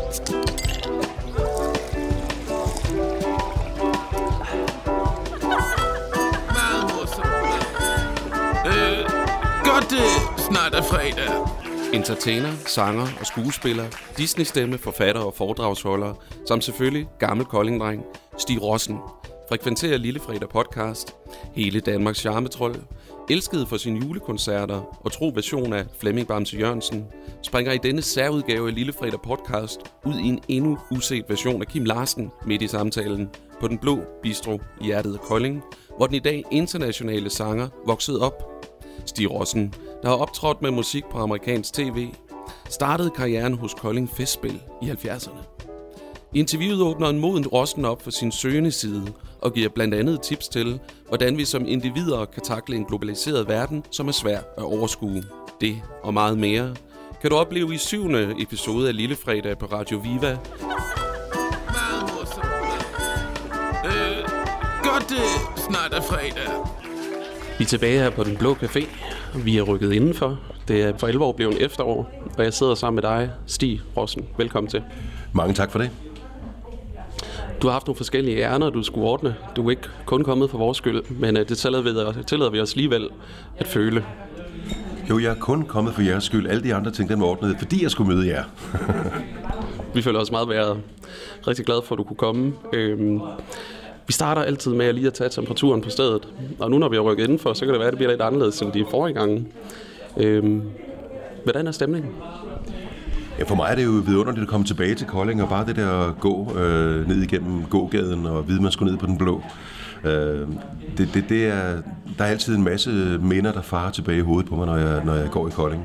Godt det snart er fredag. Entertainer, sanger og skuespiller, Disney-stemme, forfatter og foredragsholder, samt selvfølgelig gammel koldingdreng, Stig Rossen, frekventerer Lillefredag podcast, hele Danmarks charmetrol, elsket for sine julekoncerter og tro version af Flemming Bamse Jørgensen, springer i denne særudgave af Lillefredag podcast ud i en endnu uset version af Kim Larsen midt i samtalen på Den Blå Bistro i hjertet af Kolding, hvor den i dag internationale sanger voksede op. Stig Rossen, der har optrådt med musik på amerikansk tv, startede karrieren hos Kolding Festspil i 70'erne. I interviewet åbner en moden Rossen op for sin søgende side og giver blandt andet tips til, hvordan vi som individer kan takle en globaliseret verden, som er svær at overskue. Det og meget mere kan du opleve i 7. episode af Lillefredag på Radio Viva. Godt det snart er fredag. Vi er tilbage her på Den Blå Café. Vi er rykket indenfor. Det er for 11 år blevet efterår, og jeg sidder sammen med dig, Stig Rossen. Velkommen til. Mange tak for det. Du har haft nogle forskellige ærner, du skulle ordne. Du er ikke kun kommet for vores skyld, men det tillader vi os alligevel at føle. Jo, jeg er kun kommet for jeres skyld. Alle de andre ting, dem ordnede, fordi jeg skulle møde jer. Vi føler os meget været rigtig glade for, at du kunne komme. Vi starter altid med lige at tage temperaturen på stedet. Og nu når vi har rykket indenfor, så kan det være, at det bliver lidt anderledes end de forrige gange. Hvordan er stemningen? Ja, for mig er det jo vidunderligt at komme tilbage til Kolding, og bare det der at gå ned igennem gågaden og vide, man skulle ned på Den Blå. Der er altid en masse minder, der farer tilbage i hovedet på mig, når jeg går i Kolding.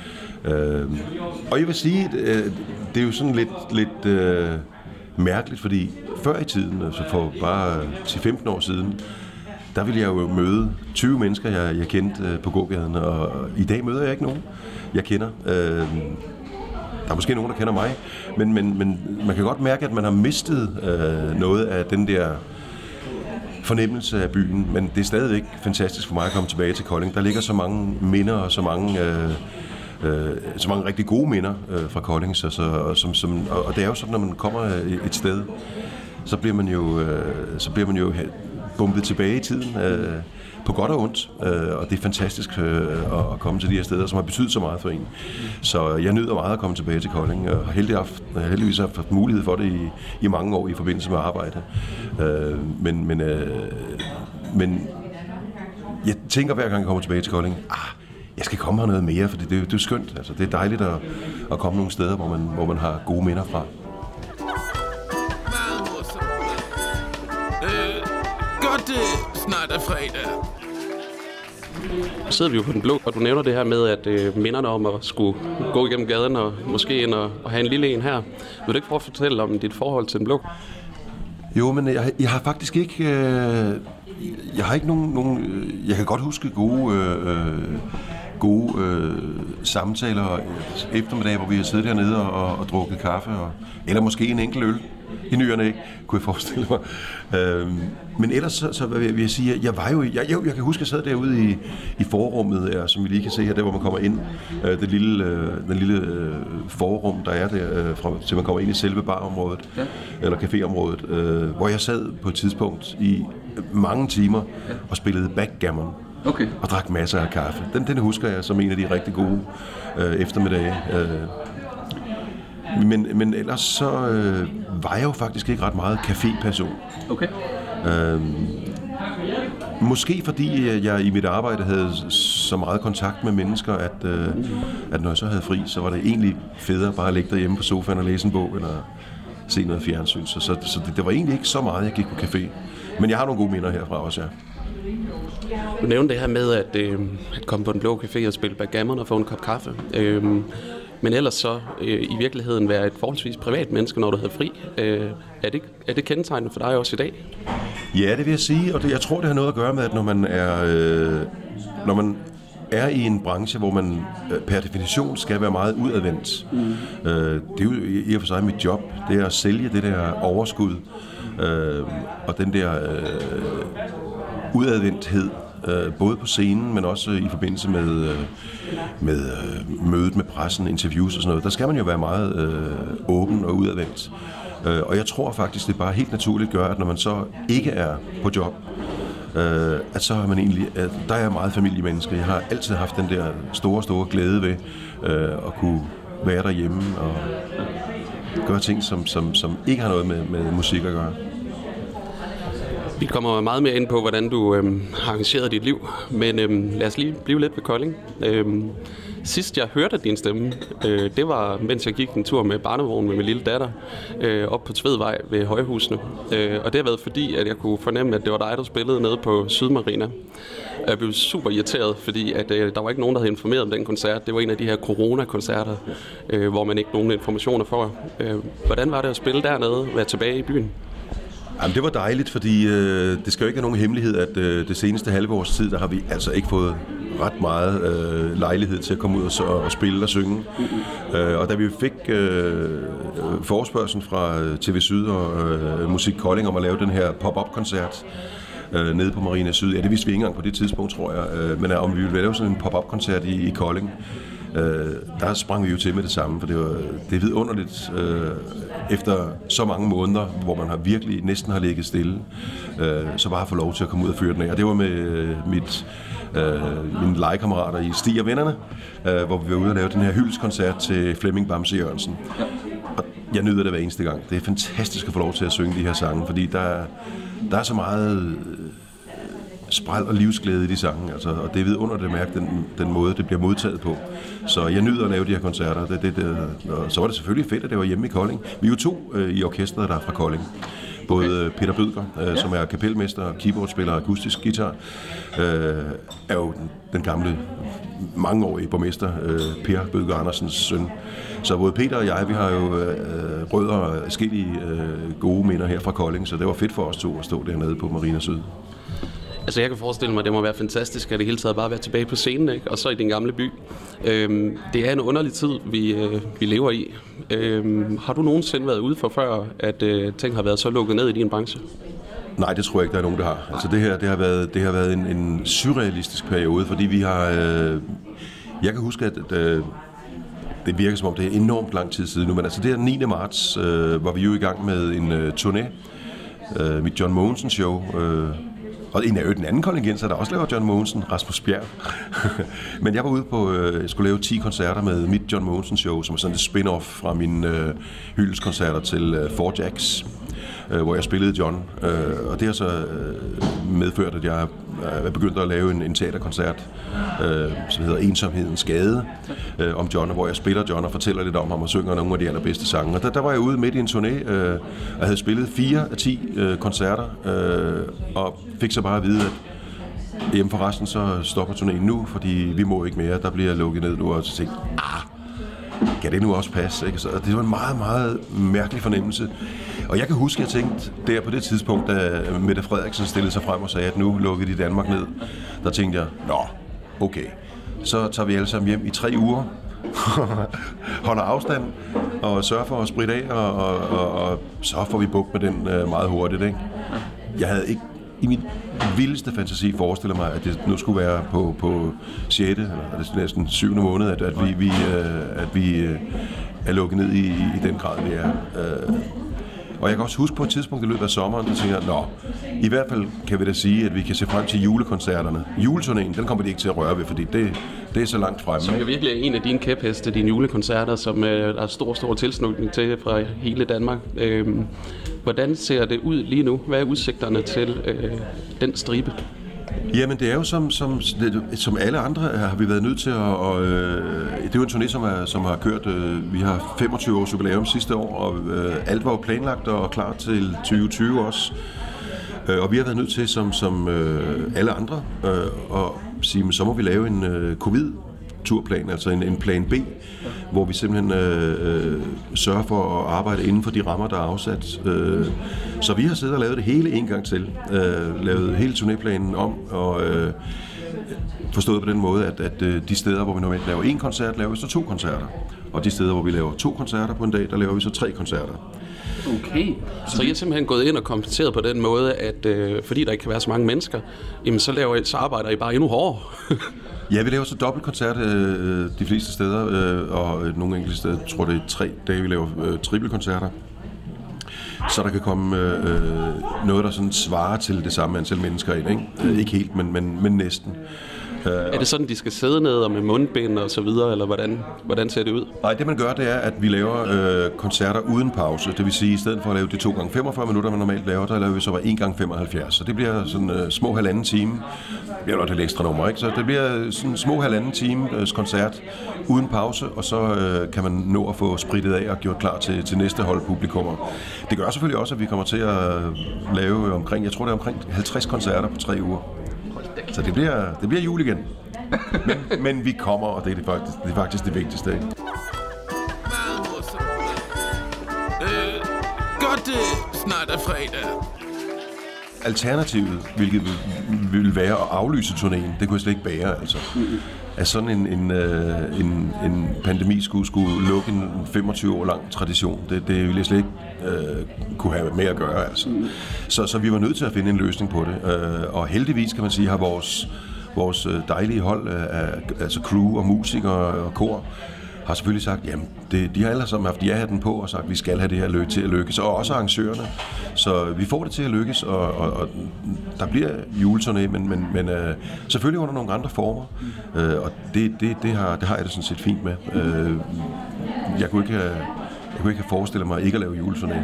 Og jeg vil sige, det er jo sådan lidt mærkeligt, fordi før i tiden, altså for bare 10-15 år siden, der ville jeg jo møde 20 mennesker, jeg kendte på gågaden, og i dag møder jeg ikke nogen, jeg kender. Der er måske nogen, der kender mig, men man kan godt mærke, at man har mistet noget af den der fornemmelse af byen, men det er stadigvæk fantastisk for mig at komme tilbage til Kolding. Der ligger så mange minder og så mange rigtig gode minder fra Kolding, og det er jo sådan, når man kommer et sted, så bliver man jo bumpet tilbage i tiden, på godt og ondt, og det er fantastisk at komme til de her steder, som har betydet så meget for en. Så jeg nyder meget at komme tilbage til Kolding, og heldigvis har haft mulighed for det i mange år i forbindelse med arbejde. Men jeg tænker hver gang jeg kommer tilbage til Kolding, jeg skal komme her noget mere, for det er skønt. Altså, det er dejligt at komme nogle steder, hvor man har gode minder fra. Godt det snart er fredag. Så sidder vi jo på Den Blå, og du nævner det her med, at minderne om at skulle gå igennem gaden og måske ind og have en lille en her. Vil du ikke prøve at fortælle om dit forhold til Den Blå? Jo, men jeg har faktisk ikke... Jeg har ikke nogen... Jeg kan godt huske gode samtaler eftermiddag, hvor vi har siddet dernede og drukket kaffe, eller måske en enkelt øl i ny og næ, kunne jeg forestille mig. Men ellers så vil jeg sige, at jeg kan huske, at jeg sad derude i forrummet, som vi lige kan se her, der hvor man kommer ind, den lille forrum, der er der, til man kommer ind i selve barområdet, eller caféområdet, hvor jeg sad på et tidspunkt i mange timer og spillede backgammon. Okay. Og drak masser af kaffe. Den husker jeg som en af de rigtig gode eftermiddage. Men ellers så var jeg jo faktisk ikke ret meget café-person. Okay. Måske fordi jeg i mit arbejde havde så meget kontakt med mennesker, at når jeg så havde fri, så var det egentlig federe bare at ligge derhjemme på sofaen og læse en bog, eller se noget fjernsyn. Så det var egentlig ikke så meget, jeg gik på café. Men jeg har nogle gode minder herfra også, ja. Du nævnte det her med at komme på Den Blå Café og spille backgammon og få en kop kaffe. Men ellers så i virkeligheden være et forholdsvis privat menneske, når du havde fri. Er det kendetegnende for dig også i dag? Ja, det vil jeg sige, og jeg tror, det har noget at gøre med, at når man er i en branche, hvor man per definition skal være meget udadvendt. Det er jo i og for sig mit job, det er at sælge det der overskud, og den der udadvendthed, både på scenen, men også i forbindelse med mødet med pressen, interviews og sådan noget. Der skal man jo være meget åben og udadvendt. Og jeg tror faktisk, det er bare helt naturligt gør, at når man så ikke er på job, at så har man egentlig, der er jeg meget familiemenneske. Jeg har altid haft den der store glæde ved at kunne være derhjemme og gøre ting, som ikke har noget med musik at gøre. Vi kommer meget mere ind på, hvordan du har arrangeret dit liv, men lad os lige blive lidt ved Kolding. Sidst jeg hørte din stemme, det var, mens jeg gik en tur med barnevognen med min lille datter op på Tvedvej ved Højhusene. Og det har været fordi, at jeg kunne fornemme, at det var dig, der spillede nede på Sydmarina. Jeg blev super irriteret, fordi at, der var ikke nogen, der havde informeret om den koncert. Det var en af de her corona-koncerter, hvor man ikke nogen informationer får. Hvordan var det at spille dernede, være tilbage i byen? Jamen, det var dejligt, fordi det skal jo ikke have nogen hemmelighed, at det seneste halve års tid, der har vi altså ikke fået ret meget lejlighed til at komme ud og spille og synge. Og da vi fik forespørgslen fra TV Syd og Musik Kolding om at lave den her pop-up-koncert nede på Marina Syd, ja, det vidste vi ikke engang på det tidspunkt, tror jeg, men om vi ville lave sådan en pop-up-koncert i Kolding, der sprang vi jo til med det samme, for det er vidunderligt efter så mange måneder, hvor man har virkelig næsten har ligget stille, så bare at få lov til at komme ud og fyre den af. Og det var med mine legekammerater i Stig og Vennerne, hvor vi var ude og lave den her hyldestkoncert til Flemming Bamse Jørgensen. Og jeg nyder det hver eneste gang. Det er fantastisk at få lov til at synge de her sange, fordi der er så meget spræl og livsglæde i de sange, altså, og det er vidunderligt at mærke den måde, det bliver modtaget på. Så jeg nyder at lave de her koncerter. Og så var det selvfølgelig fedt, at det var hjemme i Kolding. Vi er jo 2 i orkestret, der er fra Kolding. Både Peter Bødker, som er kapelmester og keyboardspiller og akustisk guitar, er jo den gamle, mangeårige borgmester, Per Bødker Andersens søn. Så både Peter og jeg, vi har jo rødder og forskellige gode minder her fra Kolding, så det var fedt for os 2 at stå dernede på Marina Syd. Altså jeg kan forestille mig, at det må være fantastisk, at det hele taget bare være tilbage på scenen, ikke? Og så i din gamle by. Det er en underlig tid, vi lever i. Har du nogensinde været ude for før, at ting har været så lukket ned i din branche? Nej, det tror jeg ikke, der er nogen, der har. Altså det her, det har været en surrealistisk periode, fordi vi har... jeg kan huske, at det virker som om, det er enormt lang tid siden nu, men altså det her 9. marts var vi jo i gang med en turné, mit John Mogensen show, og en af den anden kontingenser, der også laver John Mogensen, Rasmus Bjerg. Men jeg var ude på, jeg skulle lave 10 koncerter med mit John Mogensen show, som er sådan et spin-off fra mine hyldeskoncerter til Four Jacks, hvor jeg spillede John. Og det har så medført, at jeg er begyndt at lave en teaterkoncert, som hedder Ensomhedens Gade, om John, hvor jeg spiller John og fortæller lidt om ham og synger nogle af de allerbedste sange. Og der var jeg ude midt i en turné, og havde spillet 4 af 10 koncerter, og fik så bare at vide, at hjemme for resten, så stopper turnéen nu, fordi vi må ikke mere, der bliver lukket ned nu, og så tænkte kan det nu også passe? Ikke? Så det var en meget, meget mærkelig fornemmelse. Og jeg kan huske, at jeg tænkte der på det tidspunkt, da Mette Frederiksen stillede sig frem og sagde, at nu lukkede de Danmark ned, der tænkte jeg, okay, så tager vi alle sammen hjem i 3 uger, holder afstand og sørger for at spritte af, og så får vi bukt med den meget hurtigt. Ikke? Jeg havde ikke i min vildeste fantasi forestiller mig, at det nu skulle være på 6. eller næsten 7. måned, at vi er lukket ned i den grad, vi er. Og jeg kan også huske på et tidspunkt i løbet af sommeren, der tænker jeg, i hvert fald kan vi da sige, at vi kan se frem til julekoncerterne. Juleturnéen, den kommer de ikke til at røre ved, fordi det er så langt fremme. Som jo virkelig er en af dine kæpheste, dine julekoncerter, som der er stor tilslutning til fra hele Danmark. Hvordan ser det ud lige nu? Hvad er udsigterne til den stribe? Jamen det er jo som alle andre har vi været nødt til at det er jo en turné, som har kørt, vi har 25 års jubilæum sidste år, og alt var jo planlagt og klar til 2020 også. Og vi har været nødt til, som alle andre, at sige, så må vi lave en covid-turplan, altså en plan B, hvor vi simpelthen sørger for at arbejde inden for de rammer, der er afsat. Så vi har siddet og lavet det hele en gang til, lavet hele turnéplanen om, og Forstået på den måde, at de steder, hvor vi normalt laver 1 koncert, laver vi så 2 koncerter. Og de steder, hvor vi laver 2 koncerter på en dag, der laver vi så 3 koncerter. Okay. Så I er simpelthen gået ind og kompenseret på den måde, at fordi der ikke kan være så mange mennesker, jamen så arbejder I bare endnu hårdere. Ja, vi laver så dobbeltkoncert de fleste steder, og nogle enkelte steder, tror det er 3 dage, vi laver trippelkoncerter. Så der kan komme noget, der sådan svarer til det samme antal mennesker ind, ikke? Ikke helt, men næsten. Er det sådan, de skal sidde ned og med mundbind og så videre, eller hvordan ser det ud? Nej, det man gør, det er, at vi laver koncerter uden pause. Det vil sige, i stedet for at lave de 2 gange 45 minutter, man normalt laver, der laver vi så bare 1 gange 75. Så det bliver sådan små 1,5 time. Det bliver nok et ekstra nummer, ikke? Så det bliver sådan små 1,5 times koncert uden pause, og så kan man nå at få spritet af og gjort klar til næste hold publikummer. Det gør selvfølgelig også, at vi kommer til at lave omkring 50 koncerter på 3 uger. Så det bliver jul igen. Men vi kommer, og det er faktisk det vigtigste. Ikke? Godt, snart er fredag. Alternativet, hvilket ville være at aflyse turnéen, det kunne jeg slet ikke bære, altså. At sådan en pandemi skulle lukke en 25 år lang tradition, det ville jeg slet ikke kunne have med at gøre, altså. Så vi var nødt til at finde en løsning på det, og heldigvis kan man sige, har vores dejlige hold, altså crew og musikere og kor, har selvfølgelig sagt, jamen, de har alle sammen haft ja-hatten på og sagt, at vi skal have det her til at lykkes, og også arrangørerne. Så vi får det til at lykkes, og der bliver juleturné, men selvfølgelig under nogle andre former, og det har jeg det sådan set fint med. Jeg kunne ikke have forestillet mig ikke at lave juleturné.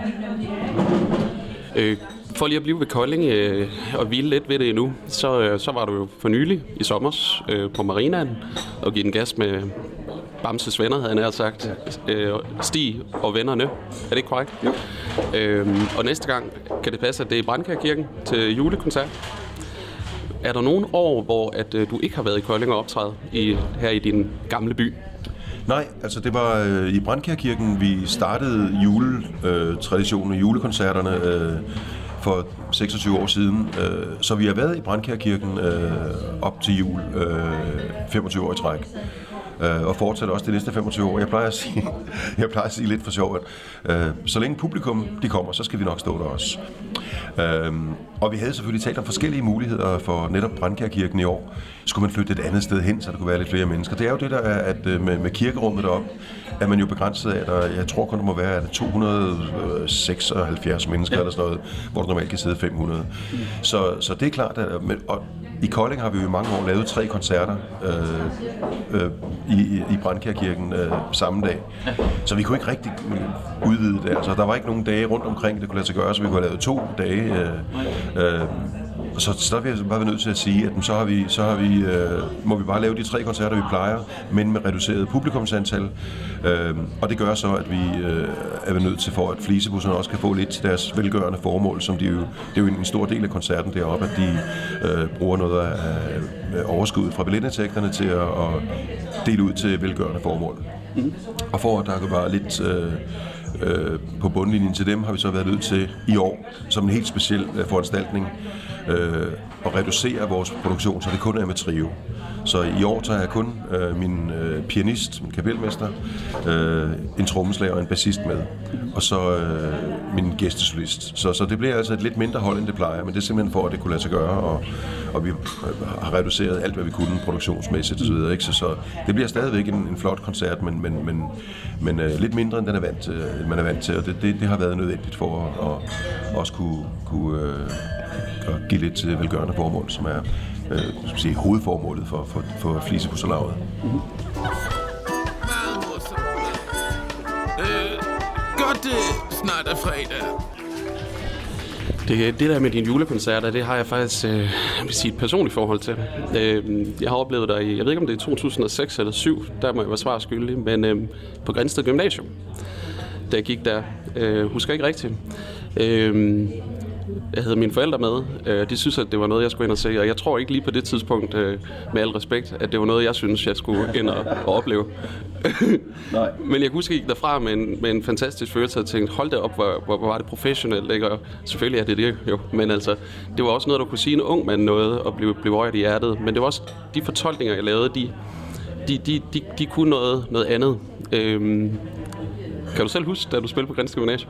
For lige at blive ved Kolding og hvile lidt ved det endnu, så var du jo for nylig i sommers på Marinaen og give den gas med Bamses venner, havde jeg nær sagt. Stig og vennerne. Er det ikke korrekt? Jo. Og næste gang kan det passe, at det er i Brandkærkirken til julekoncert. Er der nogle år, hvor at du ikke har været i Kolding og optræde her i din gamle by? Nej, altså det var i Brandkærkirken, vi startede juletraditionen og julekoncerterne for 26 år siden. Så vi har været i Brandkærkirken op til jul 25 år i træk. Og fortsætter også de næste 25 år. Jeg plejer at sige lidt for sjov, at så længe publikum de kommer, så skal vi nok stå der også. Og vi havde selvfølgelig talt om forskellige muligheder for netop Brandkærkirken i år. Skulle man flytte et andet sted hen, så der kunne være lidt flere mennesker. Det er jo det, der er, at med kirkerummet deroppe, er man jo begrænset af, at jeg tror kun, der må være 276 mennesker eller sådan noget, hvor der normalt kan sidde 500. Så det er klart, at i Kolding har vi jo i mange år lavet 3 koncerter i Brandkærkirken samme dag. Så vi kunne ikke rigtig udvide det. Altså, der var ikke nogen dage rundt omkring, det kunne lade sig gøre, så vi kunne have lavet 2 dage. Så der er vi bare nødt til at sige, at må vi bare lave de 3 koncerter, vi plejer, men med reduceret publikumsantal. Og det gør så, at vi er nødt til, for at flisebusserne også kan få lidt til deres velgørende formål, som det er jo en stor del af koncerten deroppe, at de bruger noget af overskuddet fra billetindtægterne til at dele ud til velgørende formål. Og for at der kan være lidt på bundlinjen til dem, har vi så været nødt til i år, som en helt speciel foranstaltning, at reducere vores produktion, så det kun er med trio. Så i år tager jeg kun min pianist, min kapelmester, en trommeslager og en bassist med, og så min gæstesolist. Så det bliver altså et lidt mindre hold, end det plejer, men det er simpelthen for, at det kunne lade sig gøre, og vi har reduceret alt, hvad vi kunne produktionsmæssigt osv. Så det bliver stadigvæk en flot koncert, men lidt mindre, end man er vant til, og det har været nødvendigt for at også kunne give lidt til velgørende formål, som er hovedformålet for Flisebusserlaget. Godt, snart er fredag. Det der med dine julekoncerter, det har jeg faktisk et personligt forhold til. Jeg har oplevet dig i, jeg ved ikke om det er 2006 eller 2007, der må jeg være svar skyldig, men på Grindsted Gymnasium, da jeg gik der, husker ikke rigtigt. Jeg havde mine forældre med. De synes, at det var noget, jeg skulle ind og se, og jeg tror ikke lige på det tidspunkt, med al respekt, at det var noget, jeg synes, jeg skulle ind og opleve. Nej. Men jeg kunne huske, at jeg gik derfra med en fantastisk følelse og tænkte, hold da op, hvor var det professionelt, ikke? Og selvfølgelig er det jo, men altså, det var også noget, der kunne sige en ung mand noget og blive rørt i hjertet. Men det var også de fortolkninger, jeg lavede, de kunne noget andet. Kan du selv huske, da du spillede på Grindsted Gymnasium?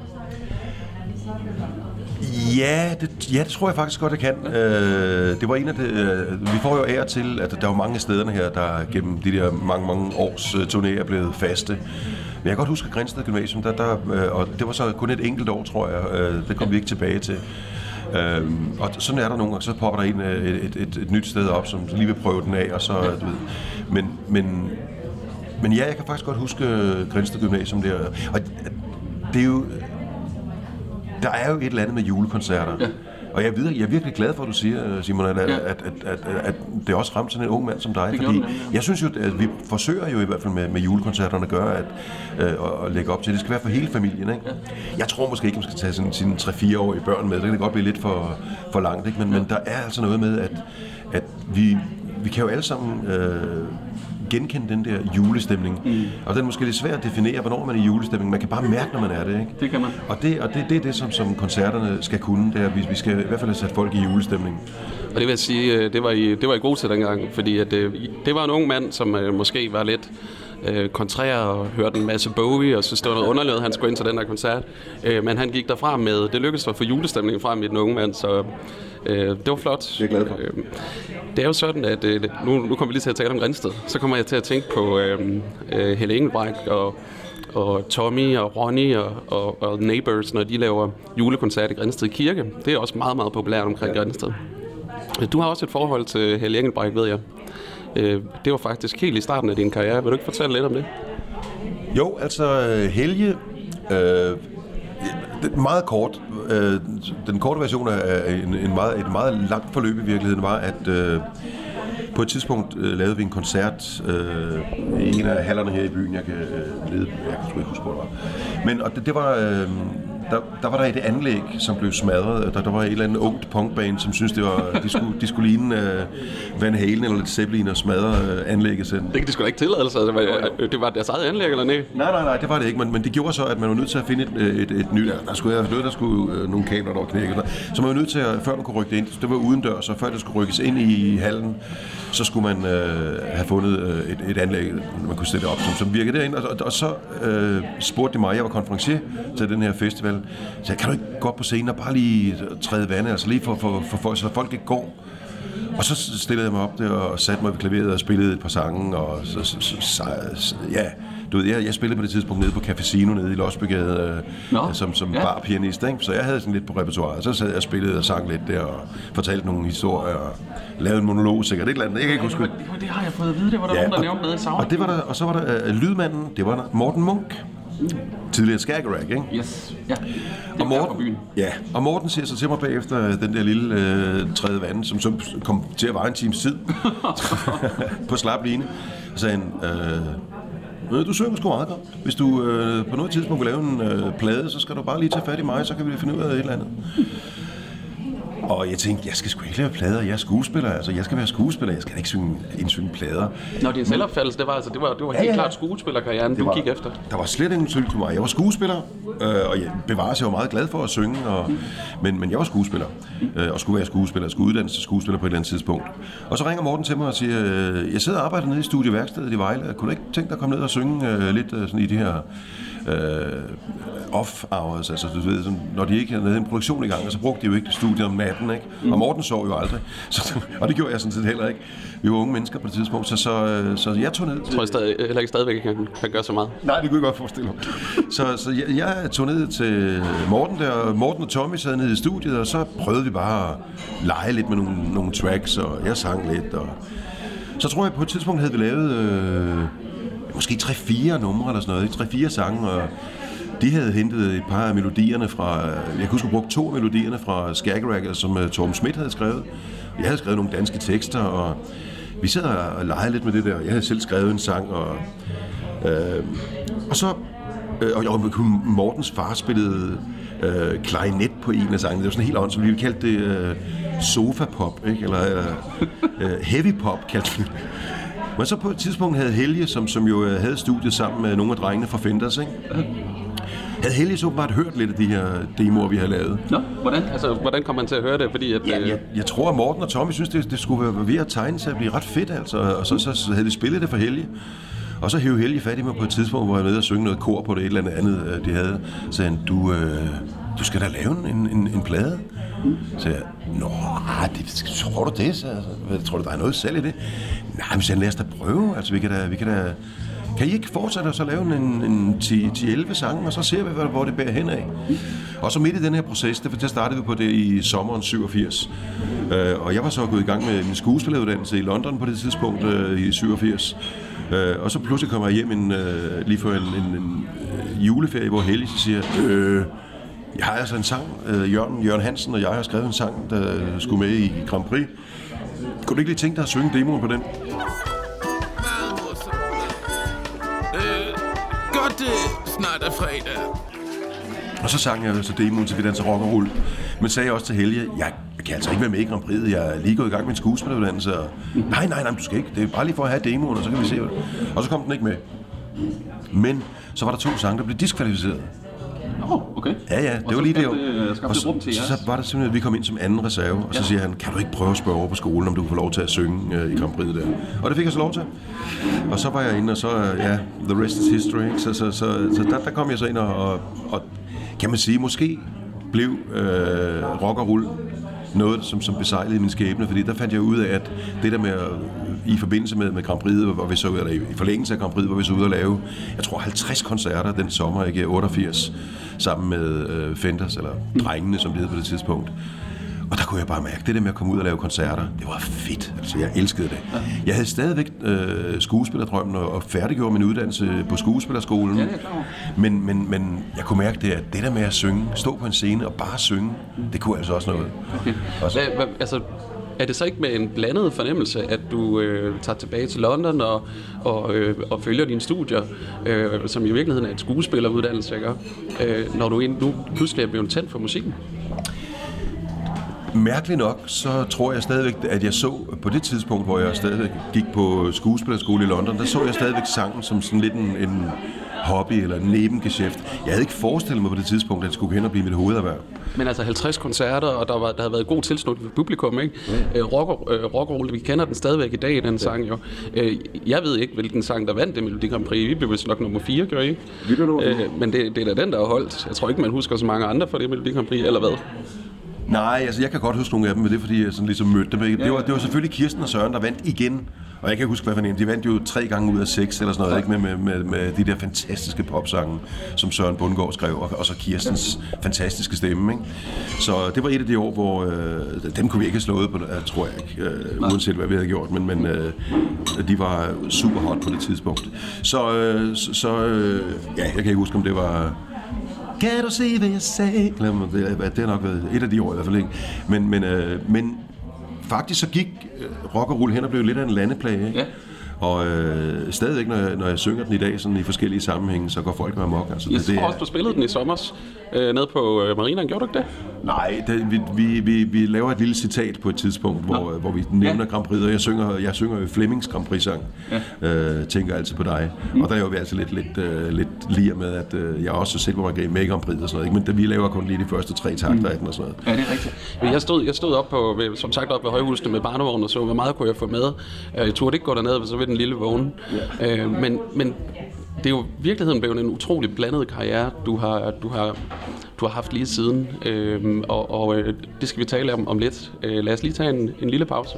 Ja, det tror jeg faktisk godt, jeg kan. Det var en af vi får jo ære til, at der er mange af stederne her, der gennem de der mange års turnéer er blevet faste. Men jeg kan godt huske, at Grindsted Gymnasium, og det var så kun et enkelt år, tror jeg. Det kom vi ikke tilbage til. Og sådan er der nogle gange, så popper der et nyt sted op, som lige vil prøve den af, og så, du ved. Men ja, jeg kan faktisk godt huske Grindsted Gymnasium der. Og det er jo... Der er jo et eller andet med julekoncerter. Ja. Og jeg er virkelig glad for, at du siger, Simon, at det også ramte sådan en ung mand som dig. Fordi jeg synes jo, at vi forsøger jo i hvert fald med julekoncerterne at gøre, at lægge op til, det skal være for hele familien. Ikke? Ja. Jeg tror måske ikke, man skal tage sådan sine 3-4-årige børn med. Det kan godt blive lidt for langt. Ikke? Men der er altså noget med, at vi kan jo alle sammen... genkende den der julestemning. Og den er måske lidt svært at definere, hvornår man er i julestemning. Man kan bare mærke, når man er det, ikke? Det kan man. Og det er det, som koncerterne skal kunne. Det er, vi skal i hvert fald have sat folk i julestemning. Og det vil jeg sige, det var I god til dengang, fordi at, det var en ung mand, som måske var lidt kontrær og hørte en masse Bowie, og så stod noget underligt, han skulle ind til den der koncert. Men han gik derfra med, det lykkedes at få julestemningen frem i den unge mand, så det var flot. Det er glad for. Det er jo sådan, at nu kommer vi lige til at tale om Grindsted. Så kommer jeg til at tænke på Helle Engelbrecht og Tommy og Ronny og Neighbors, når de laver julekoncert i Grindsted Kirke. Det er også meget, meget populært omkring Grindsted. Du har også et forhold til Helle Engelbrecht, ved jeg. Det var faktisk helt i starten af din karriere. Vil du ikke fortælle lidt om det? Jo, altså Helge... meget kort. Den korte version af et meget langt forløb i virkeligheden var, at på et tidspunkt lavede vi en koncert i en af hallerne her i byen. Jeg kan sgu ikke huske, hvor det var. Men og det var... Der var der et anlæg, som blev smadret. Der var et eller andet ungt punkband, som syntes, de skulle ligne Van Halen eller lidt Zeppelin og smadre anlægget selv. Det kan de sgu da ikke tillade sig. Det var deres eget anlæg, eller nej? Nej, det var det ikke. Men det gjorde så, at man var nødt til at finde et nyt... Der skulle nogle kabler, der var knækket. Så man var nødt til, før man kunne rykke det ind, det var udendørs, så før det skulle rykkes ind i hallen, så skulle man have fundet et anlæg, man kunne sætte op, som virkede derinde. Og så spurgte de mig, jeg var konferencier til den her festival, så kan du ikke gå op på scenen og bare lige træde vandet, altså lige for folk, så folk ikke går. Og så stillede jeg mig op der og satte mig ved klaveret og spillede et par sange, og ja, du ved, jeg spillede på det tidspunkt nede på Cafecino nede i Losbygade som barpianist, ikke? Så jeg havde sådan lidt på repertoiret. Så sad jeg og spillede og sang lidt der og fortalte nogle historier og lavede en monolog, sikkert et eller andet. Jeg kan ikke huske. Det har jeg fået at vide, det var der nogen, der nævnte med i savn. Og så var der lydmanden, det var Morten Munk. Tidligere Skagerrak, ikke? Yes, ja. Og Morten, og Morten siger så til mig bagefter den der lille tredje vand, som så kom til at vare en times tid på slap line. Og sagde han, du synger sgu meget godt. Hvis du på noget tidspunkt vil lave en plade, så skal du bare lige tage fat i mig, så kan vi finde ud af et eller andet. Og jeg tænkte, jeg skal sgu ikke lave plader, jeg er skuespiller, altså jeg skal være skuespiller, jeg skal ikke indsynge plader. Nå, din selvopfattelse, det var helt klart skuespillerkarrieren, du gik efter. Der var slet ingen tvivl til mig. Jeg var skuespiller, og jeg var meget glad for at synge, men jeg var skuespiller, og skulle være skuespiller, skulle uddannes til skuespiller på et eller andet tidspunkt. Og så ringer Morten til mig og siger, jeg sidder og arbejder nede i studieværkstedet i Vejle, kunne du ikke tænke dig at komme ned og synge lidt sådan i de her off-hours, altså du ved, sådan, når de ikke havde en produktion i gang, og så brugte de jo ikke studiet om natten, ikke? Og Morten sov jo aldrig, og det gjorde jeg sådan set heller ikke. Vi var unge mennesker på det tidspunkt, så jeg tog ned til... Jeg tror heller ikke stadigvæk, han gør så meget. Nej, det kunne jeg godt forestille mig. Så jeg tog ned til Morten der, og Morten og Tommy sad nede i studiet, og så prøvede vi bare at lege lidt med nogle tracks, og jeg sang lidt, og så tror jeg på et tidspunkt havde vi lavet måske 3-4 numre eller sådan noget, 3-4 sange, og de havde hentet et par af melodierne fra, jeg kan huske, brugt 2 af melodierne fra Skagerrak, som Torben Schmidt havde skrevet. Jeg havde skrevet nogle danske tekster, og vi sad og legede lidt med det der. Jeg havde selv skrevet en sang, og så Mortens far spillede klarinet på en af sangene. Det var sådan helt åndssvagt, vi kaldte det sofa-pop, ikke? Eller heavy-pop kaldte vi det. Men så på et tidspunkt havde Helge, som jo havde studiet sammen med nogle af drengene fra Fenders, ikke? Havde Helge så åbenbart hørt lidt af de her demoer, vi havde lavet. Nå, hvordan? Altså, hvordan kom man til at høre det? Fordi at, jeg tror, at Morten og Tommy synes, det skulle være ved at tegne til at blive ret fedt, altså. Og så havde de spillet det for Helge. Og så hævde Helge fat i mig på et tidspunkt, hvor jeg var nede og synge noget kor på det et eller andet, de havde. Så sagde han, du skal da lave en plade. Så jeg, tror du det? Så, tror du, der er noget selv i det? Nej, men så lad os da prøve. Altså, vi kan da... Kan I ikke fortsætte og så lave en 10-11 sange, og så ser vi, hvor det bærer hen af. Og så midt i den her proces, der startede vi på det i sommeren 87. Og jeg var så gået i gang med min skuespilleruddannelse i London på det tidspunkt i 87. Og så pludselig kommer jeg hjem lige før en juleferie, hvor Helge siger, jeg har altså en sang, Jørgen Hansen og jeg har skrevet en sang, der skulle med i Grand Prix. Kunne du ikke lige tænke dig at synge demoen på den? Godt, snart er fredag. Og så sang jeg så demoen til Vi Danser Rock og Rull. Men sagde jeg også til Helge, jeg kan altså ikke være med i Grand Prix. Jeg er lige gået i gang med en skuespilleruddannelse. Nej, du skal ikke. Det er bare lige for at have demoen, og så kan vi se det. Og så kom den ikke med. Men så var der 2 sange, der blev diskvalificeret. Okay. Ja, det var lige det. Og så var det simpelthen, at vi kom ind som anden reserve, og så siger han, kan du ikke prøve at spørge over på skolen, om du kan få lov til at synge i Grand Prix der? Og det fik jeg så lov til. Og så var jeg inde, og så, the rest is history. Så der kom jeg så ind, og kan man sige, måske blev rock og rull noget, som besejlede min skæbne, fordi der fandt jeg ud af, at det der med i forbindelse med Grand Prix, hvor vi så ud, eller i forlængelse af Grand Prix, hvor vi så ud at lave, jeg tror 50 koncerter den sommer, ikke, 88, sammen med Fenders, eller drengene, som det hed på det tidspunkt. Og der kunne jeg bare mærke, det der med at komme ud og lave koncerter, det var fedt. Altså, jeg elskede det. Jeg havde stadigvæk skuespillerdrømmen og færdiggjorde min uddannelse på skuespillerskolen. Ja, det er klar. Men jeg kunne mærke det, at det der med at synge, stå på en scene og bare synge, det kunne altså også noget. Okay. Er det så ikke med en blandet fornemmelse, at du tager tilbage til London og følger dine studier, som i virkeligheden er et skuespilleruddannelse, ikke? Når du nu pludselig er blevet tændt for musikken? Mærkeligt nok, så tror jeg stadigvæk, at jeg så på det tidspunkt, hvor jeg stadigvæk gik på skuespillerskole i London, der så jeg stadigvæk sangen som sådan lidt en hobby eller en nebengeschæft. Jeg havde ikke forestillet mig på det tidspunkt, at det skulle hen og blive mit hovederhverv. Men altså 50 koncerter, og der havde været god tilslutning for publikum, ikke? Rock, vi kender den stadigvæk i dag, den sang jo. Jeg ved ikke, hvilken sang, der vandt det Melodi Grand Prix. Vi blev vist nok nummer 4, gør I ikke? Men det er da den, der har holdt. Jeg tror ikke, man husker så mange andre for det Melodi Grand Prix, eller hvad? Nej, altså jeg kan godt huske nogle af dem, men det er fordi, jeg sådan ligesom mødte dem. Det var selvfølgelig Kirsten og Søren, der vandt igen. Og jeg kan huske, hvad for en. De vandt jo 3 gange ud af 6 eller sådan noget, ikke? Med de der fantastiske popsange, som Søren Bundgaard skrev, og så Kirstens fantastiske stemme, ikke? Så det var et af de år, hvor dem kunne vi ikke have slået på, tror jeg ikke, uanset hvad vi havde gjort, men de var super hot på det tidspunkt. Jeg kan ikke huske, om det var... Kan du se, hvad jeg sagde? Det har nok været et af de år i hvert fald, ikke? Men faktisk så gik rock og rull hen og blev lidt af en landeplage, ikke? Ja. Og stadigvæk, når jeg synger den i dag sådan i forskellige sammenhænge, så går folk med amok. Altså, jeg tror også, du spillede den i sommers nede på Marina. Gjorde du ikke det? Nej, vi laver et lille citat på et tidspunkt, hvor vi nævner Grand Prix, og jeg synger jo Flemmings Grand Prix-sang. Ja. Tænker altid på dig. Og der laver vi altså lidt lir med, at jeg også selv var med i Grand Prix og sådan noget. Ikke? Men vi laver kun lige de første 3 takter af den og sådan noget. Ja, det er rigtigt. Men jeg stod op på, som sagt, op ved Højhusene med barnevognen og så, hvor meget kunne jeg få med. Jeg turde ikke gå derned, så ved den lille vogn. Ja. Men det er jo virkeligheden blevet en utrolig blandet karriere, du har haft lige siden, og det skal vi tale om lidt. Lad os lige tage en lille pause.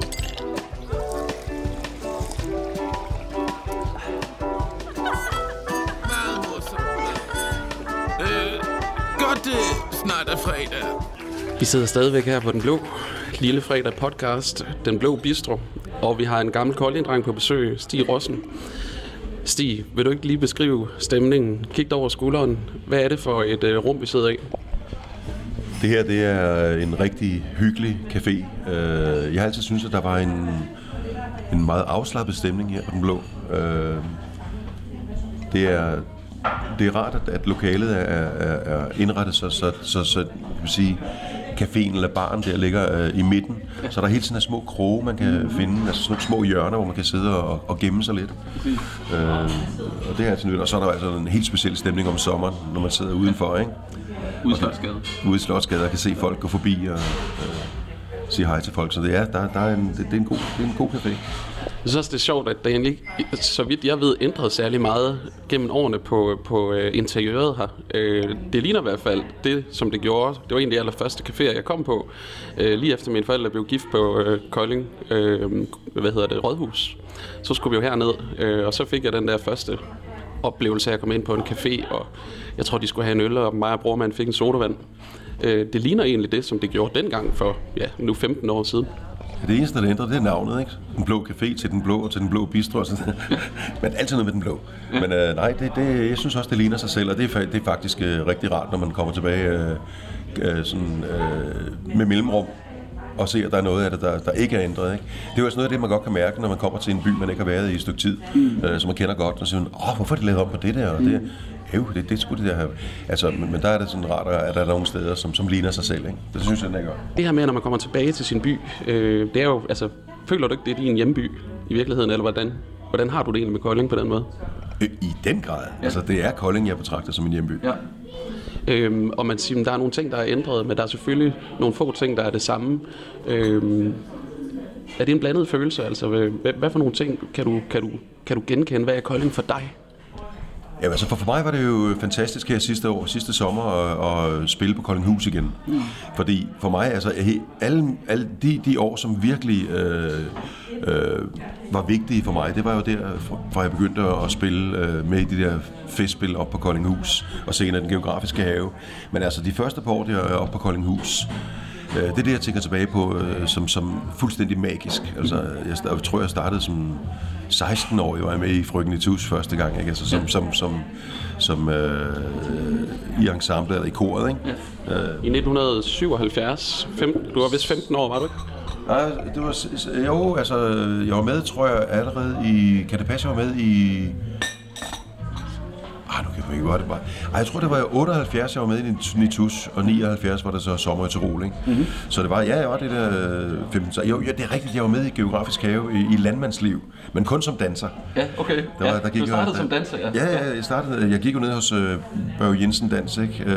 Godt, snart er fredag. Vi sidder stadigvæk her på Den Blå Lille Fredag podcast, Den Blå Bistro, og vi har en gammel koldingdreng på besøg, Stig Rossen. Stig, vil du ikke lige beskrive stemningen? Kig over skulderen. Hvad er det for et rum, vi sidder i? Det her, det er en rigtig hyggelig café. Jeg har altid syntes, at der var en meget afslappet stemning her på Den Blå. Det er rart, at lokalet er indrettet så kan man sige, caféen eller baren der ligger i midten, Så der er hele tiden små kroge, man kan finde, altså sådan små hjørner, hvor man kan sidde og gemme sig lidt. Og det er altså nyt. Og så er der altså en helt speciel stemning om sommeren, når man sidder udenfor, ikke? Ude i Slotsgade. Ude i Slotsgade og kan se folk gå forbi og sige hej til folk. Så det er, det er en god café. Jeg synes også, det er sjovt, at der egentlig, så vidt jeg ved, ændrede særlig meget gennem årene på interiøret her. Det ligner i hvert fald det, som det gjorde. Det var en af de allerførste caféer, jeg kom på. Lige efter mine forældre blev gift på Kolding, Rådhus. Så skulle vi jo herned, og så fik jeg den der første oplevelse af at komme ind på en café, og jeg tror, de skulle have en øl, og mig og brormand fik en sodavand. Det ligner egentlig det, som det gjorde dengang for, nu 15 år siden. Det eneste, der ændrer, det er navnet, ikke? Den blå café til den blå og til den blå bistro. Men altid noget med den blå. Men nej, jeg synes også, det ligner sig selv, og det er faktisk rigtig rart, når man kommer tilbage med mellemrum og ser, at der er noget af det, der ikke er ændret. Ikke? Det er jo også noget af det, man godt kan mærke, når man kommer til en by, man ikke har været i et stykke tid, som man kender godt, og siger man, hvorfor er de lavet om på det der og det? Det skulle det der have. Altså, men der er det sådan rart, at der er nogle steder, som ligner sig selv. Ikke? Det synes jeg, den er godt. Det her med, når man kommer tilbage til sin by, det er jo, altså, føler du ikke, det er din hjemby i virkeligheden, eller hvordan har du det egentlig med Kolding på den måde? I den grad. Ja. Altså, det er Kolding, jeg betragter som min hjemby. Ja. Og man siger, at der er nogle ting, der er ændret, men der er selvfølgelig nogle få ting, der er det samme. Er det en blandet følelse? Altså, hvad for nogle ting kan du genkende? Hvad er Kolding for dig? Ja, altså for mig var det jo fantastisk her sidste sommer at spille på Koldinghus igen. Fordi for mig, altså alle de år, som virkelig var vigtige for mig, det var jo der, hvor jeg begyndte at spille med i de der festspil op på Koldinghus og senere den geografiske have. Men altså de første par år der op på Koldinghus, det er det, jeg tænker tilbage på som fuldstændig magisk. Altså, jeg tror, jeg startede som 16-årig, var jeg med i Frøken Nitus første gang, ikke? Altså, som i ensemblet eller i koret, ikke? Ja. I 1977, du var vist 15 år, var du ikke? Nej, det var jo, altså, jeg var med, tror jeg, allerede i, kan det passe, jeg var med i... jeg tror, det var 78, jeg var med i Nitus, og 79 var der så sommer i Tyrol, ikke? Mm-hmm. Så det var, jeg var det der 15. Jo, det er rigtigt, jeg var med i Geografisk Have i landmandsliv, men kun som danser. Ja, okay. Du startede som danser, ja. Ja, jeg gik jo ned hos Børge Jensen Dans, ikke?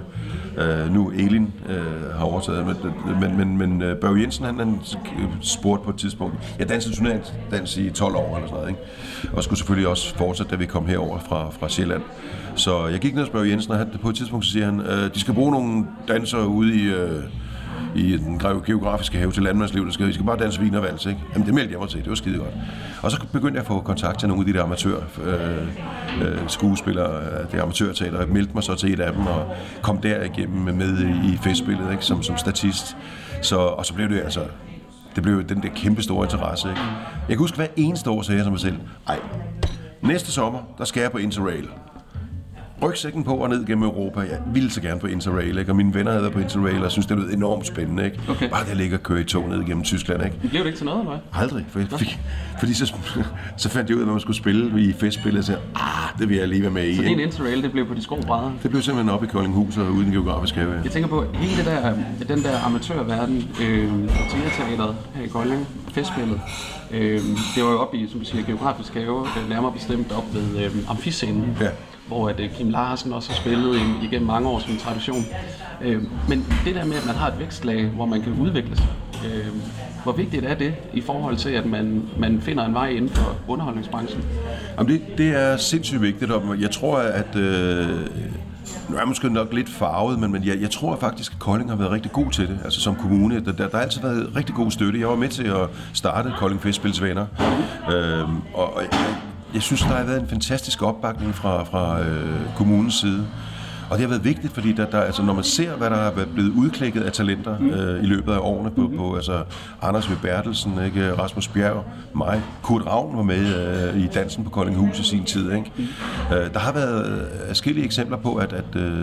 Nu Elin har overtaget, men Børge Jensen, han spurgte på et tidspunkt, jeg dansede turnédans i 12 år eller sådan noget, ikke? Og skulle selvfølgelig også fortsætte, da vi kom herover fra Sjælland. Så jeg gik ned og spørger Jensen, og på et tidspunkt så siger han, de skal bruge nogle dansere ude i den geografiske have til landmandsliv, de skal bare danse wienervals, ikke? Jamen det meldte jeg mig til, det var skide godt. Og så begyndte jeg at få kontakt til nogle af de der amatør skuespillere, det amatørteater. Jeg meldte mig så til et af dem, og kom derigennem med i festspillet, ikke? Som statist. Og så blev det altså... Det blev den der kæmpe store interesse, ikke? Jeg kan huske, hver eneste år sagde jeg til mig selv, næste sommer, der skal jeg på Interrail. Rygsækken på og ned gennem Europa. Jeg ville så gerne på Interrail, ikke? Og mine venner havde været på Interrail, og synes det lød enormt spændende, ikke? Okay. Bare det ligger og køre i tog ned gennem Tyskland, ikke? Det blev det ikke til noget, eller hvad? Aldrig, fordi så fandt jeg ud af, at man skulle spille i festspillet, og så det vil jeg lige være med i. Så din Interrail, det blev på de skrå brædder? Det blev simpelthen op i Koldinghus og uden geografisk have. Jeg tænker på, hele den der amatørverden, teateret her i Kolding, festspillet, det var jo oppe i, som du siger, geografisk have, nærmere bestemt op ved amfiscenen. Ja. Hvor Kim Larsen også har spillet igennem mange år som en tradition. Men det der med, at man har et vækstlag, hvor man kan udvikle sig, hvor vigtigt er det i forhold til, at man finder en vej inden for underholdningsbranchen? Jamen det er sindssygt vigtigt, og jeg tror, at... Nu er jeg måske nok lidt farvet, men jeg tror faktisk, at Kolding har været rigtig god til det, altså som kommune. Der har altid været rigtig god støtte. Jeg var med til at starte Kolding Festspilsvenner, og jeg synes, der har været en fantastisk opbakning fra kommunens side. Og det har været vigtigt, fordi der, altså, når man ser, hvad der har blevet udklækket af talenter i løbet af årene på altså Anders V. Bertelsen, ikke? Rasmus Bjerg, mig, Kurt Ravn var med i dansen på Koldinghus i sin tid. Ikke? Der har været forskellige eksempler på, at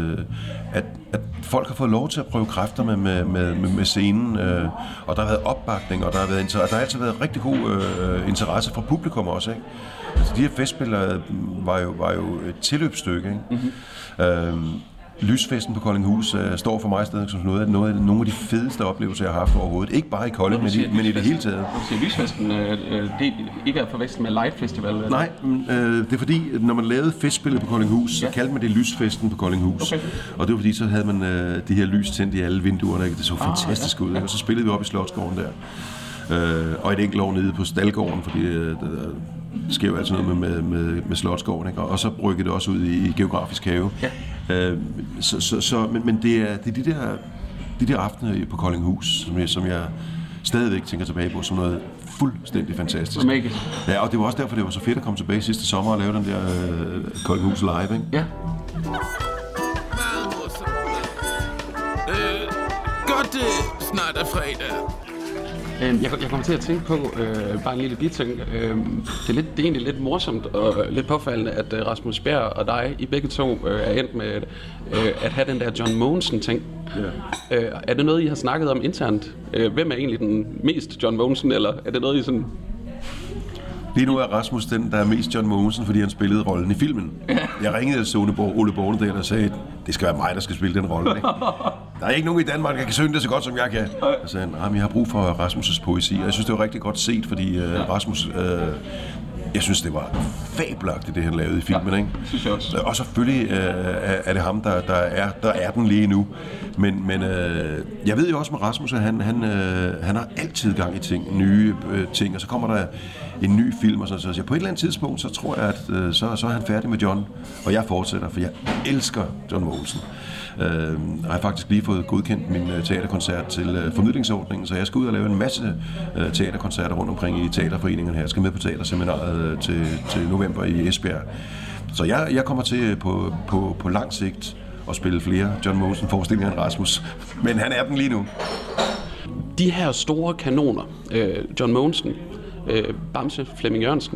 folk har fået lov til at prøve kræfter med scenen, og der har været opbakning, og der har altid været rigtig god interesse fra publikum også. Ikke? Altså, de her festspillere var jo et tilløbsstykke. Ikke? Lysfesten på Koldinghus står for mig stadig som nogle af de fedeste oplevelser, jeg har haft overhovedet. Ikke bare i Kolding, men i det hele taget. Så Lysfesten, det ikke er forvekslet med Light Festival? Eller? Nej, det er fordi, når man lavede festspillet på Koldinghus, så kaldte man det Lysfesten på Koldinghus. Okay. Og det var fordi, så havde man de her lys tændt i alle vinduerne. Ikke? Det så fantastisk ud. Og så spillede vi op i Slotsgården der. Og et enkelt år nede på Staldgården, fordi der sker jo altid noget med Slotsgården, ikke? Og så rykkede det også ud i Geografisk Have. Ja. Men det er de der aftener på Koldinghus, som jeg stadigvæk tænker tilbage på som noget fuldstændig fantastisk. Ja, og det var også derfor, det var så fedt at komme tilbage sidste sommer og lave den der Koldinghus live, ikke? Ja. Godt, snart er fredag. Jeg kommer til at tænke på, bare en lille biting, det er egentlig lidt morsomt og lidt påfaldende, at Rasmus Bjerg og dig, I begge to er endt med at have den der John Mogensen-ting. Yeah. Er det noget, I har snakket om internt? Hvem er egentlig den mest John Mogensen, eller er det noget, I sådan... Lige nu er Rasmus den, der er mest John Mogensen, fordi han spillede rollen i filmen. Jeg ringede til Ole Bornedal og sagde, det skal være mig, der skal spille den rolle. Ikke? Der er ikke nogen i Danmark, der kan synge det så godt, som jeg kan. Og så sagde han, jeg har brug for Rasmus' poesi. Og jeg synes, det var rigtig godt set, fordi Rasmus... jeg synes, det var fabelagtigt, det han lavede i filmen, ikke? Synes jeg også. Og selvfølgelig er det ham, der er den lige nu. Men jeg ved jo også med Rasmus, at han har altid gang i ting, nye ting, og så kommer der en ny film, og så på et eller andet tidspunkt, så tror jeg, at så er han færdig med John, og jeg fortsætter, for jeg elsker John Mogensen. Jeg har faktisk lige fået godkendt min teaterkoncert til formidlingsordningen, så jeg skal ud og lave en masse teaterkoncerter rundt omkring i teaterforeningerne her. Jeg skal med på teaterseminaret til november i Esbjerg. Så jeg kommer til på lang sigt at spille flere John Mogensen-forestillinger end Rasmus, men han er den lige nu. De her store kanoner, John Mogensen, Bamse, Flemming Jørgensen,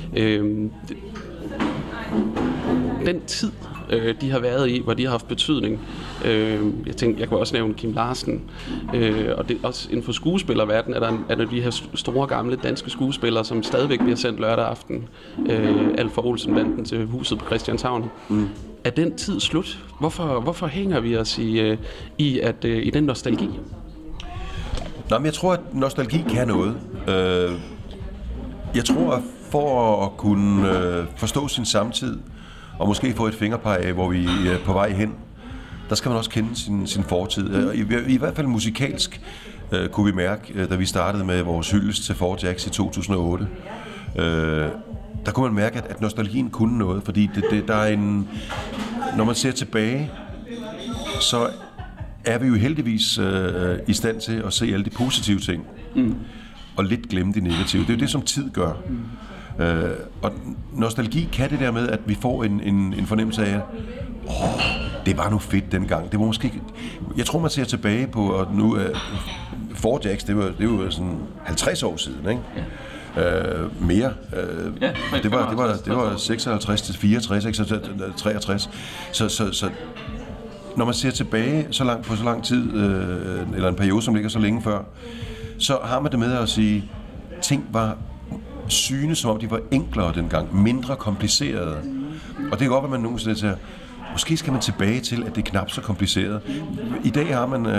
den tid, de har været i, hvor de har haft betydning. Jeg kunne også nævne Kim Larsen, og det også inden for skuespillerverdenen er der de her store gamle danske skuespillere, som stadigvæk bliver sendt lørdag aften. Alf og Olsen-banden til Huset på Christianshavn. Er den tid slut? Hvorfor hænger vi os i den nostalgi? Nå, men jeg tror, at nostalgi kan noget. Jeg tror, at for at kunne forstå sin samtid, og måske få et fingerpeg af, hvor vi er på vej hen, der skal man også kende sin fortid. I hvert fald musikalsk kunne vi mærke, da vi startede med vores hyldest til Four Jacks i 2008. Der kunne man mærke, at nostalgien kunne noget, fordi der er når man ser tilbage, så er vi jo heldigvis i stand til at se alle de positive ting, og lidt glemme de negative. Det er jo det, som tid gør. Og nostalgi kan det der med, at vi får en fornemmelse af, det var nu fedt dengang. Det var måske... Jeg tror, man ser tilbage på, og nu Four Jacks, det var sådan 50 år siden, ikke? Mere. Det var 56 til 64, 63. Så når man ser tilbage på så lang tid, eller en periode, som ligger så længe før, så har man det med at sige, ting var synes, som om de var enklere dengang, mindre komplicerede. Og det kan godt være, man nogensinde siger, måske skal man tilbage til, at det er knap så kompliceret. I dag har man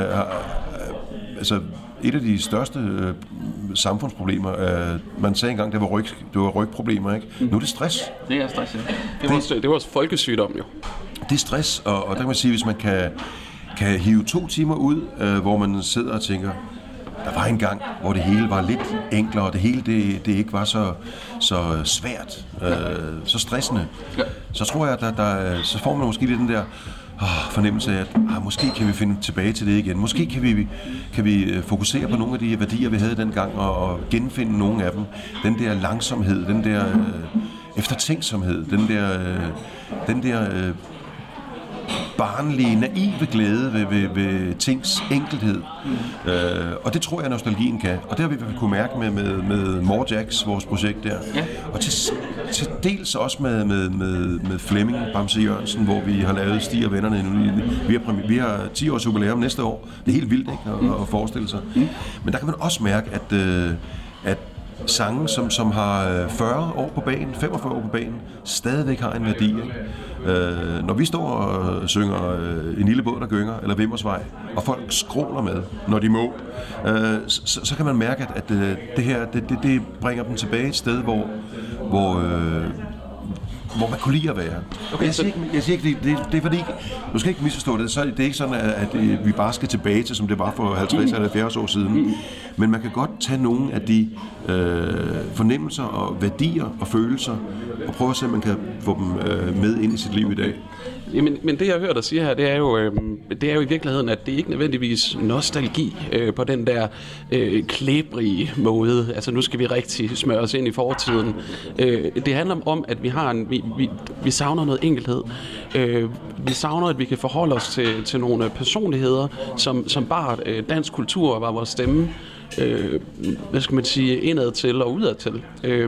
altså et af de største samfundsproblemer. Man sagde engang, det var rygproblemer, ikke? Nu er det stress. Det er stress, ja. Det var folkesygdom, jo. Det er stress, og der kan man sige, hvis man kan hive 2 timer ud, hvor man sidder og tænker, der var en gang, hvor det hele var lidt enklere, og det hele det ikke var så svært, så stressende. Ja. Så tror jeg, at så får man måske lidt den der fornemmelse af, at måske kan vi finde tilbage til det igen. Måske kan vi fokusere på nogle af de værdier, vi havde dengang, og genfinde nogle af dem. Den der langsomhed, den der eftertænksomhed, den der barnlige, naive glæde ved tings enkelhed. Og det tror jeg, nostalgien kan. Og det har vi kunne mærke med More Jacks, vores projekt der. Ja. Og til dels også med Flemming Bamse Jørgensen, hvor vi har lavet Stig og Vennerne nu. Vi har 10 års jubilæum næste år. Det er helt vildt, ikke? At forestille sig. Men der kan man også mærke, at sange, som har 40 år på banen, 45 år på banen, stadigvæk har en værdi. Ikke? Når vi står og synger En lille båd, der gynger, eller Vimmersvej, og folk skråler med, når de må, så kan man mærke, at det her, det bringer dem tilbage et sted, hvor man kunne lide at være. Okay, jeg siger ikke, det er fordi, du skal ikke misforstå det, så det er ikke sådan, at vi bare skal tilbage til, som det var for 50 eller 70 år siden. Men man kan godt tage nogle af de fornemmelser og værdier og følelser, og prøve at se, om man kan få dem med ind i sit liv i dag. Men det, jeg hører dig sige her, det er jo i virkeligheden, at det ikke nødvendigvis nostalgi på den der klæbrige måde. Altså, nu skal vi rigtig smøre os ind i fortiden. Det handler om, at vi savner noget enkelhed. Vi savner, at vi kan forholde os til nogle personligheder, som bare dansk kultur var vores stemme. Hvad skal man sige, indad til og udad til.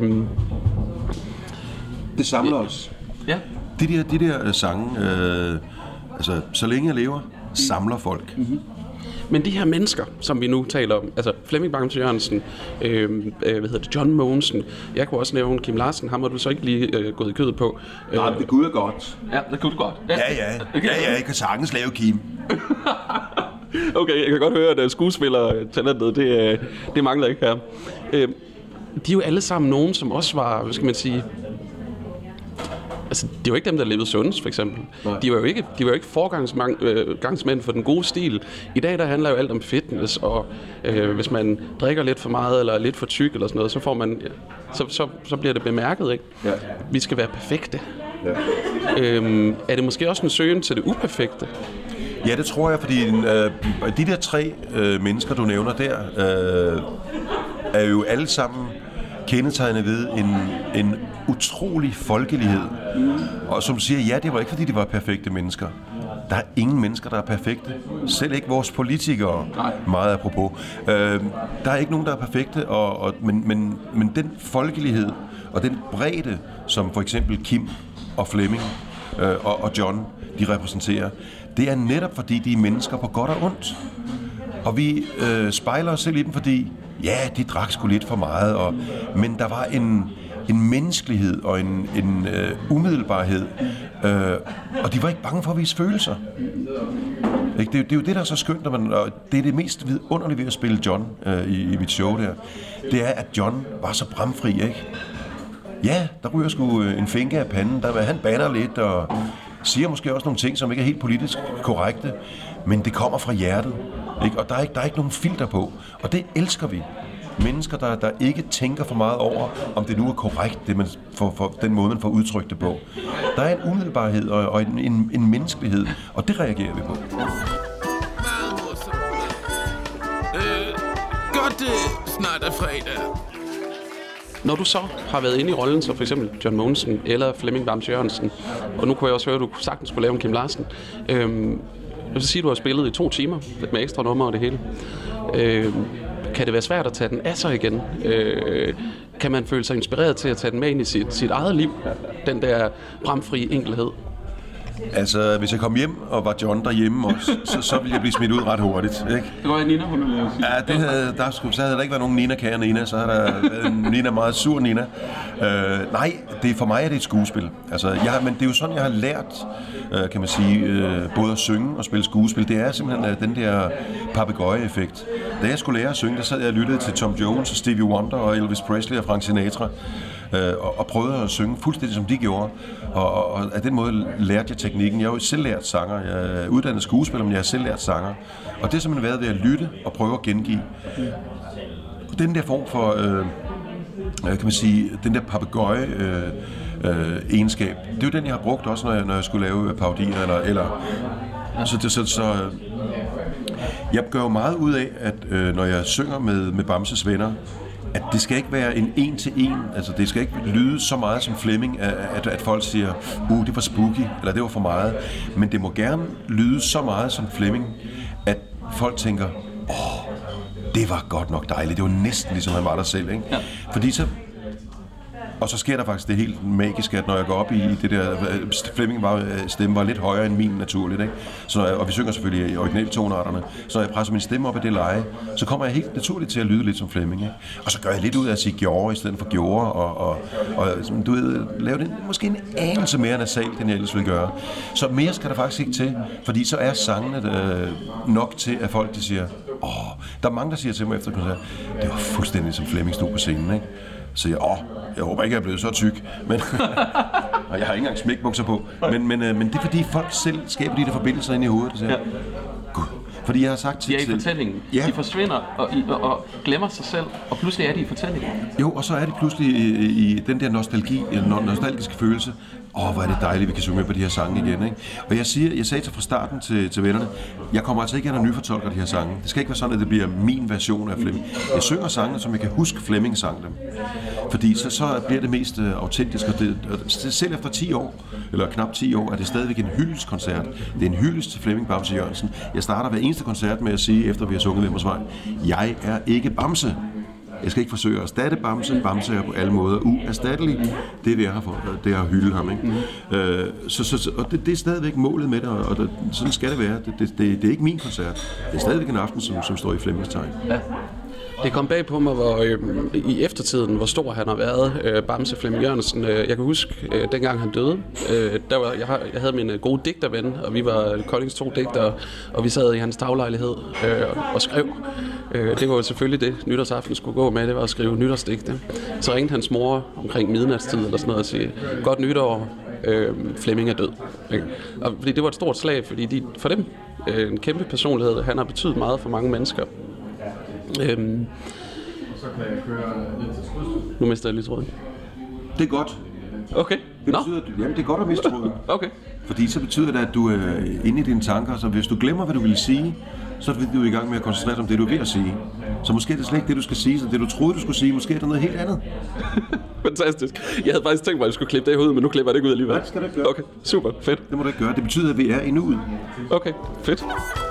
Det samler os. Ja. De der sange, altså så længe jeg lever, samler folk. Mm-hmm. Men de her mennesker, som vi nu taler om, altså Flemming Bamse-Jørgensen, John Mogensen, jeg kunne også nævne Kim Larsen, ham har du så ikke lige gået i kødet på. Nej, det kunne godt. Ja, det kunne godt. Ja, jeg kan sagtens lave Kim. Okay, jeg kan godt høre, at skuespillertalentet, det mangler ikke her. De er jo alle sammen nogen, som også var, hvad skal man sige, altså, det var ikke dem, der levede sundest, for eksempel. De var jo ikke forgangsmænd for den gode stil. I dag, der handler jo alt om fitness, og hvis man drikker lidt for meget, eller lidt for tyk, eller sådan noget, så får man, så bliver det bemærket, ikke? Ja. Vi skal være perfekte. Ja. Er det måske også en søgen til det uperfekte? Ja, det tror jeg, fordi de der 3 mennesker, du nævner der, er jo alle sammen kendetegnet ved en utrolig folkelighed. Og som du siger, ja, det var ikke fordi, de var perfekte mennesker. Der er ingen mennesker, der er perfekte. Selv ikke vores politikere, meget apropos. Der er ikke nogen, der er perfekte, men den folkelighed og den bredde, som for eksempel Kim og Flemming og John, de repræsenterer, det er netop fordi, de er mennesker på godt og ondt. Og vi spejler os selv i dem, fordi ja, de drak sgu lidt for meget, men der var en menneskelighed og en umiddelbarhed, og de var ikke bange for at vise følelser. Det er jo det, der er så skønt, og det er det mest vidunderlige ved at spille John i mit show der. Det er, at John var så bramfri, ikke? Ja, der ryger sgu en finke af panden, han bander lidt og siger måske også nogle ting, som ikke er helt politisk korrekte, men det kommer fra hjertet, ikke? Og der er ikke nogen filter på, og det elsker vi. Mennesker, der ikke tænker for meget over, om det nu er korrekt, det man for den måde, man får udtrykt det på. Der er en umiddelbarhed og en menneskelighed, og det reagerer vi på. Godt, det snart er fredag. Når du så har været inde i rollen, så for eksempel John Mogensen eller Flemming Bamse-Jørgensen, og nu kunne jeg også høre, at du sagtens skulle lave en Kim Larsen. Jeg vil sige, at du har spillet i 2 timer, lidt med ekstra nummer og det hele. Kan det være svært at tage den af sig igen? Kan man føle sig inspireret til at tage den med ind i sit eget liv? Den der bramfri enkelhed? Altså, hvis jeg kom hjem og var John derhjemme også, så ville jeg blive smidt ud ret hurtigt, ikke? Det var Nina, hun ville sige. Ja, så havde der ikke været nogen Nina-kære Nina, så havde der været en Nina, meget sur Nina. Nej, for mig er det et skuespil. Altså, men det er jo sådan, jeg har lært, kan man sige, både at synge og spille skuespil. Det er simpelthen den der papegøje-effekt. Da jeg skulle lære at synge, der sad jeg og lyttede til Tom Jones og Stevie Wonder og Elvis Presley og Frank Sinatra. Og prøvede at synge fuldstændig som de gjorde, og af den måde lærte jeg teknikken. Jeg er jo selv lært sanger, jeg er uddannet skuespiller, men jeg har selv lært sanger, og det har simpelthen været ved at lytte og prøve at gengive. Den der form for, kan man sige, den der papegøje egenskab, det er jo den, jeg har brugt også, når jeg skulle lave parodier, eller så jeg gør jo meget ud af, at når jeg synger med Bamses venner, at det skal ikke være en en-til-en, altså det skal ikke lyde så meget som Flemming, at folk siger, det var spooky, eller det var for meget, men det må gerne lyde så meget som Flemming, at folk tænker, det var godt nok dejligt, det var næsten ligesom han var der selv, ikke? Ja. Fordi så, Og så sker der faktisk det helt magiske, at når jeg går op i det der, Flemming stemme var lidt højere end min naturligt, ikke? Og vi synger selvfølgelig i originaltonarterne, så når jeg presser min stemme op i det leje, så kommer jeg helt naturligt til at lyde lidt som Flemming, ikke? Og så gør jeg lidt ud af at sige gjorde i stedet for gjorde, og du ved, lave det måske en anelse mere nasalt, end jeg ellers vil gøre. Så mere skal der faktisk ikke til, fordi så er sangene nok til, at folk de siger, der er mange, der siger til mig efter koncert, det var fuldstændig som Flemming stod på scenen, ikke? Så jeg håber ikke, jeg er blevet så tyk, men og jeg har ikke engang smækbukser på, men det er fordi folk selv skaber de der forbindelser ind i hovedet, og siger, Gud. Fordi jeg har sagt til... De er i fortællingen. Ja. De forsvinder og glemmer sig selv, og pludselig er de i fortællingen. Jo, og så er de pludselig i den der nostalgiske følelse. Hvor er det dejligt, vi kan synge med på de her sange igen, ikke? Og jeg sagde fra starten til vennerne, jeg kommer altså ikke ind og nyfortolker de her sange. Det skal ikke være sådan, at det bliver min version af Flemming. Jeg synger sangene, som jeg kan huske Flemming sang dem. Fordi så bliver det mest autentisk, og selv efter 10 år, eller knap 10 år, er det stadigvæk en hyldestkoncert. Det er en hyldest til Flemming Bamse Jørgensen. Jeg starter hver eneste koncert med at sige, efter vi har sunget Vimmersvej, jeg er ikke Bamse. Jeg skal ikke forsøge at erstatte Bamse. Bamse er på alle måder uerstattelig. Det er det, jeg har det har hyldet ham, ikke? Og det er stadigvæk målet med det, og sådan skal det være. Det er ikke min koncert. Det er stadigvæk en aften, som står i Flemmings tegn. Ja. Det kom bag på mig, i eftertiden, hvor stor han har været, Bamse Flemming Jørgensen. Jeg kan huske, dengang han døde, jeg havde min gode digterven, og vi var Koldings 2 digtere, og vi sad i hans taglejlighed og skrev. Det var jo selvfølgelig det, nytårsaften skulle gå med, det var at skrive nytårsdigte. Så ringte hans mor omkring midnatstid eller sådan noget og sige, godt nytår, Flemming er død. Og fordi det var et stort slag, fordi for dem, en kæmpe personlighed, han har betydet meget for mange mennesker. Nu mister jeg lige tråden. Det er godt. Okay. Det betyder, jamen, det er godt at miste tråden. Okay. Fordi så betyder det, at du er inde i dine tanker, så hvis du glemmer, hvad du vil sige, så er du i gang med at koncentrere dig om det, du er ved at sige. Så måske er det slet ikke det, du skal sige, så det, du troede, du skulle sige, måske er det noget helt andet. Fantastisk. Jeg havde faktisk tænkt mig, at jeg skulle klippe det ud, men nu klipper jeg det ikke ud alligevel. Nej, skal det ikke gøre. Okay, super, fedt. Det må du ikke gøre. Det betyder, at vi er i nuet. Okay, fedt.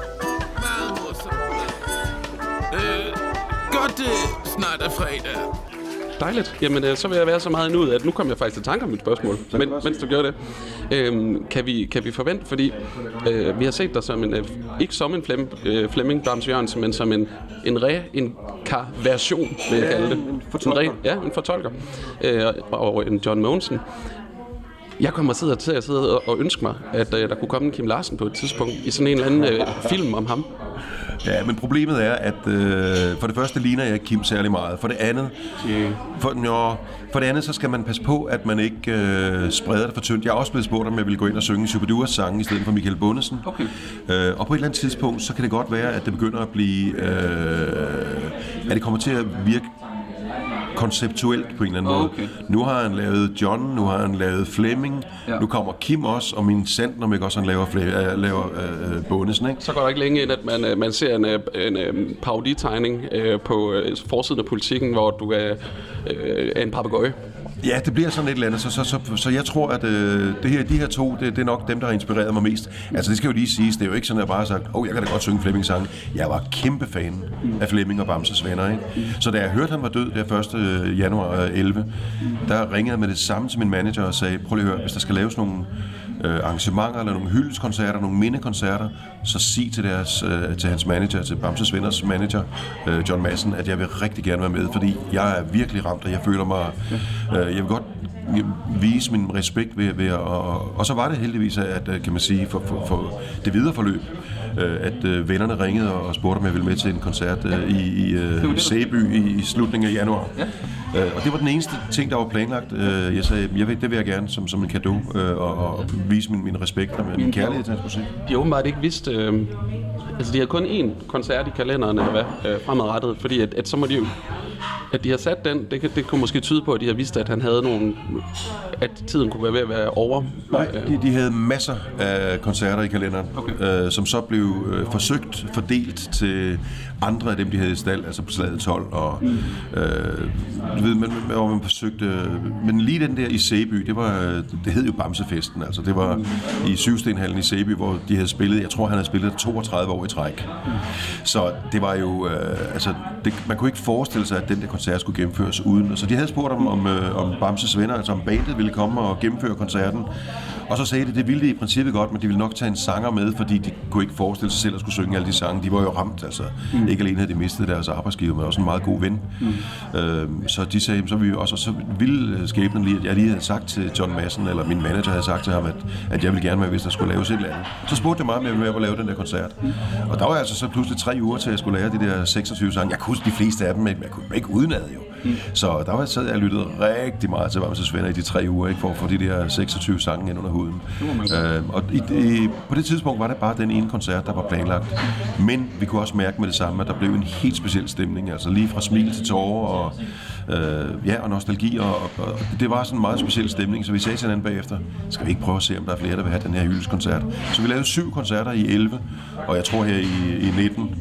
Godt, snart er fredag. Dejligt. Jamen, så vil jeg være så meget endnu, at nu kommer jeg faktisk til tanker om mit spørgsmål, mens du gør det. Kan vi forvente, fordi vi har set dig som ikke som en Flemming Bamse Jørgensen, men som en reinkarnation, vil jeg kalde det. En fortolker. En fortolker. Og en John Mogensen. Jeg kommer til at sidde og ønske mig, at der kunne komme en Kim Larsen på et tidspunkt i sådan en eller anden film om ham. Ja, men problemet er, at for det første ligner jeg ikke Kim særlig meget. For det andet, så skal man passe på, at man ikke spreder det for tyndt. Jeg er også blevet spurgt, om jeg ville gå ind og synge Superduers sange i stedet for Michael Bundesen. Okay. Og på et eller andet tidspunkt, så kan det godt være, at det begynder at blive... at det kommer til at virke konceptuelt på en eller anden måde. Nu har han lavet John, nu har han lavet Flemming, nu kommer Kim også, og min Sandner ikke også, han laver Bundesen, ikke? Så går der ikke længe ind, at man ser en paroditegning på forsiden af Politikken, hvor du er en papegøje. Ja, det bliver sådan et eller andet, så jeg tror, at de her to, det er nok dem, der har inspireret mig mest. Altså, det skal jo lige siges, det er jo ikke sådan, at jeg bare har sagt, jeg kan da godt synge Flemmings sange. Jeg var kæmpe fan af Flemming og Bamses venner, ikke? Så da jeg hørte, han var død der 1. januar 11, der ringede jeg med det samme til min manager og sagde, prøv lige at høre, hvis der skal laves nogle arrangementer eller nogle hyldeskoncerter, nogle mindekoncerter, så sig til hans manager, til Bamses venners manager, John Madsen, at jeg vil rigtig gerne være med, fordi jeg er virkelig ramt, og jeg føler mig... jeg vil godt vise min respekt ved og så var det heldigvis, at kan man sige, for det videre forløb, at vennerne ringede og spurgte, om jeg ville med til en koncert i Sæby i slutningen af januar. Ja. Og det var den eneste ting, der var planlagt. Jeg sagde, det vil jeg gerne som en cadeau, og vise min respekt og min kærlighed til hans musik. De har åbenbart ikke vidst... altså, de havde kun én koncert i kalenderen fremadrettet, fordi at så må de jo... At de har sat den, det kunne måske tyde på, at de har vidst, at han havde at tiden kunne være ved at være over. Nej, de havde masser af koncerter i kalenderen, som så blev forsøgt fordelt til andre af dem, de havde i stald, altså på Slaget 12, og man forsøgte, men lige den der i Sæby, det hed jo Bamsefesten, altså det var i Syvstenhallen i Sæby, hvor de havde spillet, jeg tror han havde spillet 32 år i træk. Så det var jo, man kunne ikke forestille sig, at den der koncert koncert skulle gennemføres uden. Så de havde spurgt om Bamses venner, altså om bandet ville komme og gennemføre koncerten. Og så sagde de, det ville de i princippet godt, men de ville nok tage en sanger med, fordi de kunne ikke forestille sig selv at skulle synge alle de sange. De var jo ramt, altså. Ikke alene havde de mistet deres arbejdsgiver, men også en meget god ven. Så de sagde, så vi også, så ville skæbnen lige, at jeg lige havde sagt til John Madsen, eller min manager havde sagt til ham, at jeg ville gerne med, hvis der skulle laves et eller andet. Så spurgte jeg mig, om jeg ville med at lave den der koncert. Og der var altså så pludselig 3 uger til, at jeg skulle lære de der 26 sange. Jeg kunne huske de fleste af dem, men jeg kunne ikke udenad jo. Så der var jeg lyttet rigtig meget til Bamses venner i de 3 uger, ikke, for at få de der 26 sange ind under huden. Og på det tidspunkt var det bare den ene koncert, der var planlagt. Men vi kunne også mærke med det samme, at der blev en helt speciel stemning. Altså lige fra smil til tårer og nostalgi. Og det var sådan en meget speciel stemning, så vi sagde til hinanden bagefter, skal vi ikke prøve at se, om der er flere, der vil have den her hyldeskoncert. Så vi lavede 7 koncerter i 11, og jeg tror her i 19...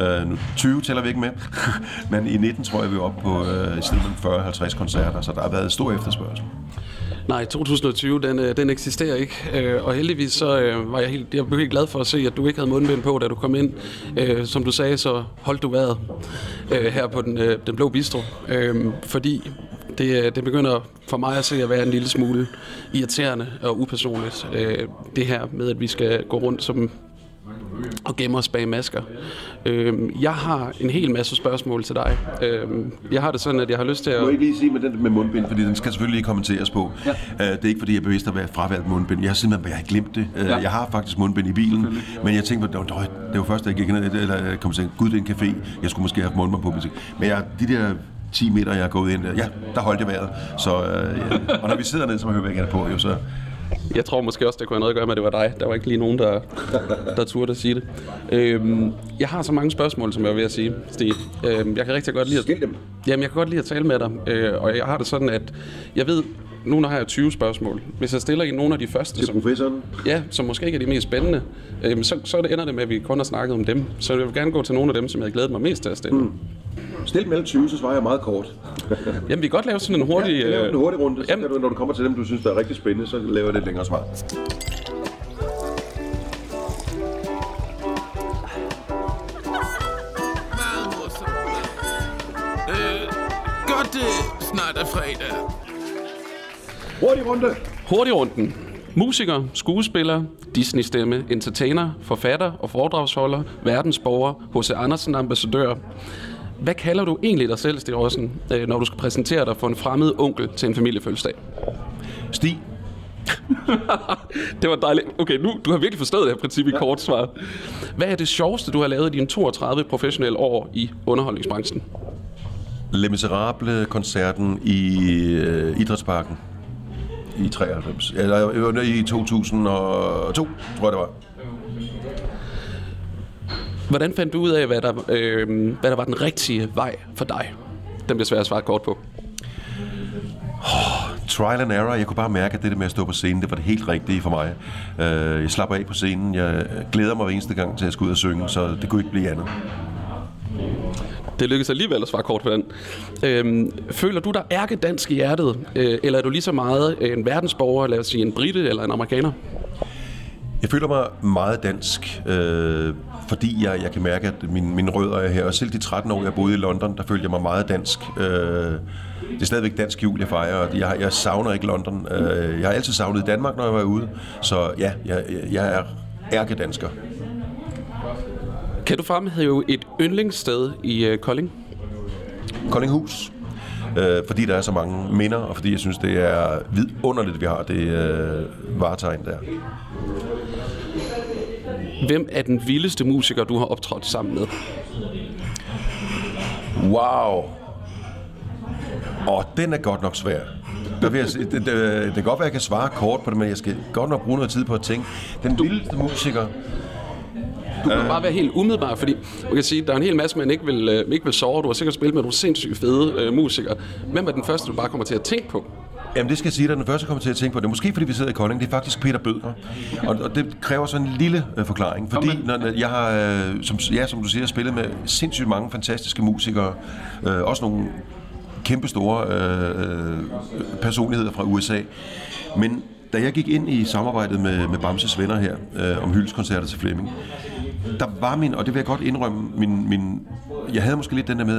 20 tæller vi ikke med, men i 19 tror jeg, vi er oppe på i stedet for 40-50 koncerter, så der har været stor efterspørgsel. Nej, 2020, den eksisterer ikke, og heldigvis så var jeg blev helt glad for at se, at du ikke havde mundbind på, da du kom ind. Som du sagde, så holdt du vejret her på den blå bistro, fordi det begynder for mig at se at være en lille smule irriterende og upersonligt, det her med, at vi skal gå rundt og gemme os bag masker. Jeg har en hel masse spørgsmål til dig. Jeg har det sådan, at jeg har lyst til at... Jeg må ikke lige sige med den med mundbind, fordi den skal selvfølgelig kommenteres på. Ja. Det er ikke, fordi jeg er bevidst at være fravalgt mundbind. Jeg har simpelthen glemt det. Jeg har faktisk mundbind i bilen, men jeg tænkte, det var først, da jeg gik ned, eller kom til, gud, det er en café. Jeg skulle måske have mundbind på. Men de der 10 meter, jeg er gået ind, der holdt jeg vejret. Så, og når vi sidder ned, så hører jeg ikke på, så... Jeg tror måske også, det kunne have noget at gøre med, at det var dig. Der var ikke lige nogen, der turde at sige det. Jeg har så mange spørgsmål, som jeg vil sige, Stig. Jeg kan rigtig godt lide at... Jamen, jeg kan godt lide at tale med dig. Og jeg har det sådan, at jeg ved, nu har jeg 20 spørgsmål. Hvis jeg stiller nogle af de første... Til professoren? Som måske ikke er de mest spændende, så ender det med, at vi kun har snakket om dem. Så jeg vil gerne gå til nogle af dem, som jeg glæder mig mest til at stille. Stil mellem 20, så svarer jeg meget kort. Jamen, vi kan godt lave sådan en hurtig... Ja, lave en hurtig runde. Så kan du, når du kommer til dem, du synes, der er rigtig spændende, så laver jeg lidt længere svar. Godt, snart er fredag. Hurtig runde. Hurtigrunden. Musiker, skuespiller, Disney-stemme, entertainer, forfatter og foredragsholder, verdensborger, H.C. Andersen-ambassadør. Hvad kalder du egentlig dig selv, Stig Rossen, når du skal præsentere dig for en fremmed onkel til en familiefødselsdag? Stig. Det var dejligt. Okay, nu du har virkelig forstået det her princip i kort svar. Hvad er det sjoveste, du har lavet i dine 32 professionelle år i underholdningsbranchen? Les Misérables-koncerten i Idrætsparken i 93. Eller i 2002, tror jeg det var. Hvordan fandt du ud af, hvad der var den rigtige vej for dig? Den bliver svært at svare kort på. Trial and error. Jeg kunne bare mærke, at det med at stå på scenen, det var det helt rigtige for mig. Jeg slapper af på scenen. Jeg glæder mig hver eneste gang til at skulle ud og synge, så det kunne ikke blive andet. Det lykkedes alligevel at svare kort på den. Føler du dig ærkedansk i hjertet, eller er du lige så meget en verdensborger, lad os sige en brite eller en amerikaner? Jeg føler mig meget dansk, fordi jeg kan mærke, at mine rødder er her. Og selv de 13 år, jeg boede i London, der følte jeg mig meget dansk. Det er stadigvæk dansk jul, jeg fejrer, og jeg savner ikke London. Jeg har altid savnet Danmark, når jeg var ude. Så ja, jeg er ærkedansker. Kan du fremhæve et yndlingssted i Kolding? Koldinghus. Fordi der er så mange minder, og fordi jeg synes, det er vidunderligt, vi har det varetegn der. Hvem er den vildeste musiker, du har optrådt sammen med? Wow! Den er godt nok svær. Det kan godt være, at jeg kan svare kort på det, men jeg skal godt nok bruge noget tid på at tænke. Den vildeste musiker... Du kan bare være helt umiddelbar, fordi man kan sige, at der er en hel masse, man ikke vil sove. Du har sikkert spillet med nogle sindssygt fede musikere. Hvem er den første, du bare kommer til at tænke på? Jamen det skal jeg sige, at den første kommer til at tænke på. Det er måske fordi vi sidder i Kolding. Det er faktisk Peter Bødker. Og det kræver så en lille forklaring. Fordi når jeg har, som du siger, spillet med sindssygt mange fantastiske musikere. Også nogle kæmpe store personligheder fra USA. Men da jeg gik ind i samarbejdet med Bamses venner her om hyldestkoncerter til Flemming, der var og det vil jeg godt indrømme, jeg havde måske lidt den der med, at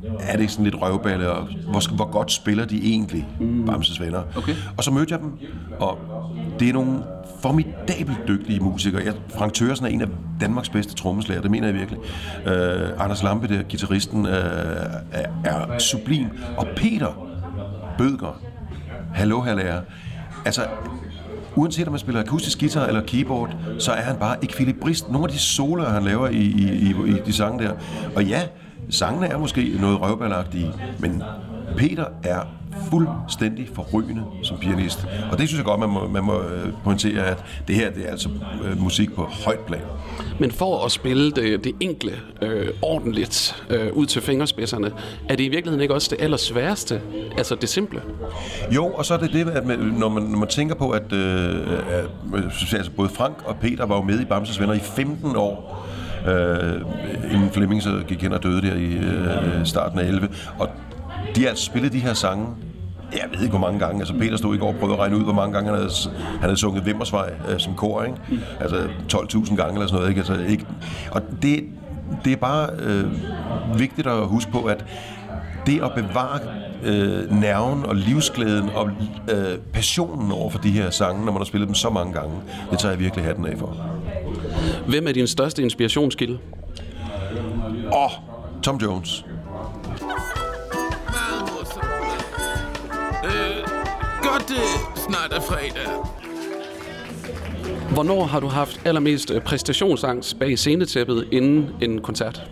er det sådan lidt røvballe, og hvor godt spiller de egentlig, Bamses Venner. Okay. Og så mødte jeg dem, og det er nogle formidabelt dygtige musikere. Frank Thøgersen er en af Danmarks bedste trommeslager, det mener jeg virkelig. Anders Lampe, der guitaristen, er sublim. Og Peter Bødker, hallo, altså, uanset om man spiller akustisk guitar eller keyboard, så er han bare ekvilibrist. Nogle af de soloer, han laver i de sange der. Og ja, sangene er måske noget røvballagtige, men Peter er fuldstændig forrygende som pianist. Og det synes jeg godt, man må pointere, at det her, det er altså musik på højt plan. Men for at spille det enkle ordentligt ud til fingerspidserne, er det i virkeligheden ikke også det allersværeste, altså det simple? Jo, og så er det, at når man tænker på, at altså både Frank og Peter var jo med i Bamses Venner i 15 år, inden Flemming så gik hen og døde der i starten af 11, og de har altså spillet de her sange, jeg ved ikke hvor mange gange, altså Peter stod i går og prøvede at regne ud, hvor mange gange han havde sunget Vimmersvej som kor, ikke? Altså 12.000 gange eller sådan noget, ikke? Altså, ikke? Og det er bare vigtigt at huske på, at det at bevare nerven og livsglæden og passionen over for de her sange, når man har spillet dem så mange gange, det tager jeg virkelig hatten af for. Hvem er din største inspirationskilde? Tom Jones. Godt, det snart er fredag. Hvornår har du haft allermest præstationsangst bag scenetæppet inden en koncert?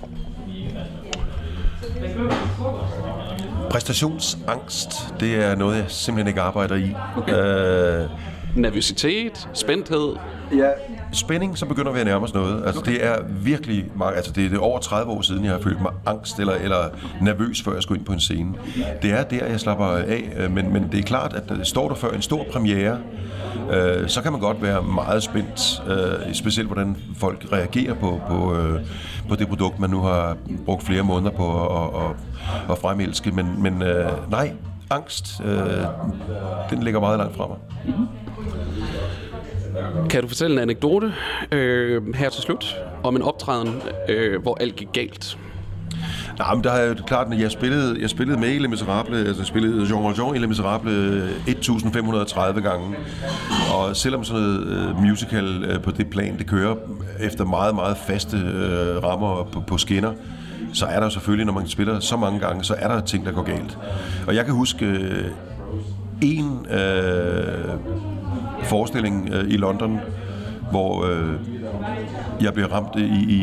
Præstationsangst, det er noget, jeg simpelthen ikke arbejder i. Okay. Nervøsitet, spændthed? Ja, spænding, så begynder vi at nærme os noget. Altså, okay. Det er virkelig meget, altså det er over 30 år siden, jeg har følt mig angst eller nervøs, før jeg skulle ind på en scene. Det er der, jeg slapper af, men det er klart, at står der før en stor premiere, så kan man godt være meget spændt, specielt hvordan folk reagerer på det produkt, man nu har brugt flere måneder på at fremelske. Men nej, angst, den ligger meget langt fra mig. Mm-hmm. Kan du fortælle en anekdote her til slut om en optræden, hvor alt gik galt? Nej, men der er jo klart, at jeg spillede med i Les Misérables, altså jeg spillede Jean Valjean i Les Misérables 1530 gange. Og selvom sådan noget musical på det plan, det kører efter meget, meget faste rammer på skinner, så er der selvfølgelig, når man spiller så mange gange, så er der ting, der går galt. Og jeg kan huske en forestilling i London, hvor jeg blev ramt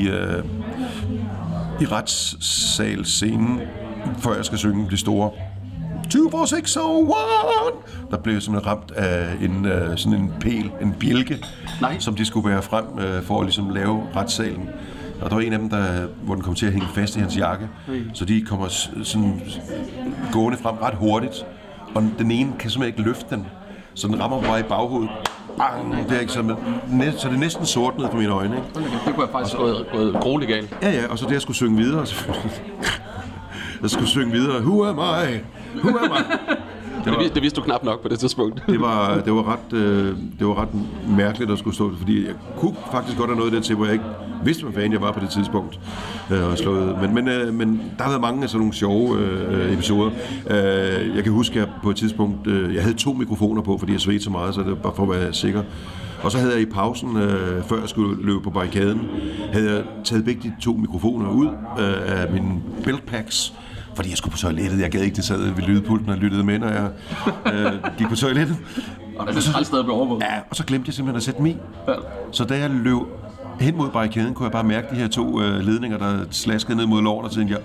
i retssalscenen, før jeg skal synge det store 24601. Der blev jeg simpelthen ramt af sådan en pæl, en bjælke, som de skulle være frem for at ligesom lave retssalen. Og der var en af dem, hvor den kom til at hænge fast i hans jakke, så de kommer sådan gående frem ret hurtigt, og den ene kan simpelthen ikke løfte den, så den rammer bare i baghovedet. Bang! Det er ikke så det er næsten sortnet på mine øjne, ikke? Det kunne jeg faktisk gået grueligt galt. Ja, og så det jeg skulle synge videre, selvfølgelig. Jeg skulle synge videre. Who am I? Who am I? Det vidste du knap nok på det tidspunkt. Det var ret mærkeligt at skulle stå det, fordi jeg kunne faktisk godt have noget der til, hvor jeg ikke vidste, hvad fanden jeg var på det tidspunkt. Men der har været mange af sådan nogle sjove episoder. Jeg kan huske, at jeg på et tidspunkt, jeg havde 2 mikrofoner på, fordi jeg svedte så meget, så det var bare for at være sikker. Og så havde jeg i pausen, før jeg skulle løbe på barrikaden, havde jeg taget begge de 2 mikrofoner ud af mine belt packs, fordi jeg skulle på toilettet. Jeg gad ikke, det sad ved lydpulten og lyttede med, når jeg gik på toilettet. Og det er stadig overvåget. Ja, og så glemte jeg simpelthen at sætte mig. Ja. Så da jeg løb hen mod barrikaden, kunne jeg bare mærke de her 2 ledninger, der slaskede ned mod låren, og tænkte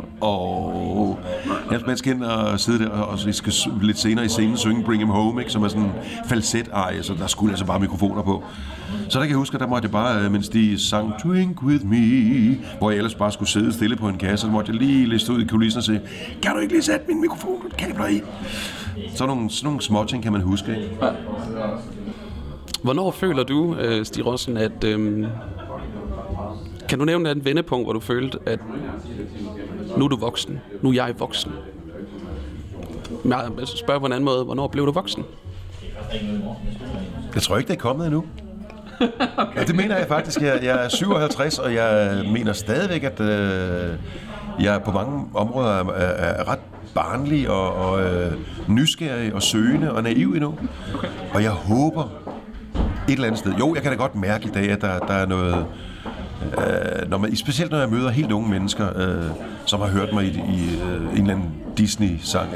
jeg skal ind og sidde der, og jeg skal lidt senere i scenen synge Bring Him Home, ikke, som er sådan en falset-arie, så der skulle altså bare mikrofoner på. Så der kan jeg huske, at der måtte jeg bare, mens de sang Drink With Me, hvor jeg ellers bare skulle sidde stille på en kasse, så måtte jeg lige liste ud i kulissen og sige, kan du ikke lige sætte min mikrofonkabler i? Sådan nogle småting kan man huske, ikke? Ja. Hvornår føler du, Stig Rossen, at... kan du nævne et vendepunkt, hvor du følte, at nu er du voksen, nu er jeg voksen? Jeg spørger på en anden måde, hvornår blev du voksen? Jeg tror ikke, det er kommet endnu. Okay. Ja, det mener jeg faktisk. Jeg er 57, og jeg mener stadigvæk, at jeg på mange områder er ret barnlig og nysgerrig og søgende og naiv endnu. Okay. Og jeg håber et eller andet sted. Jo, jeg kan da godt mærke i dag, at der er noget... specielt når jeg møder helt unge mennesker, som har hørt mig i en eller anden Disney-sang,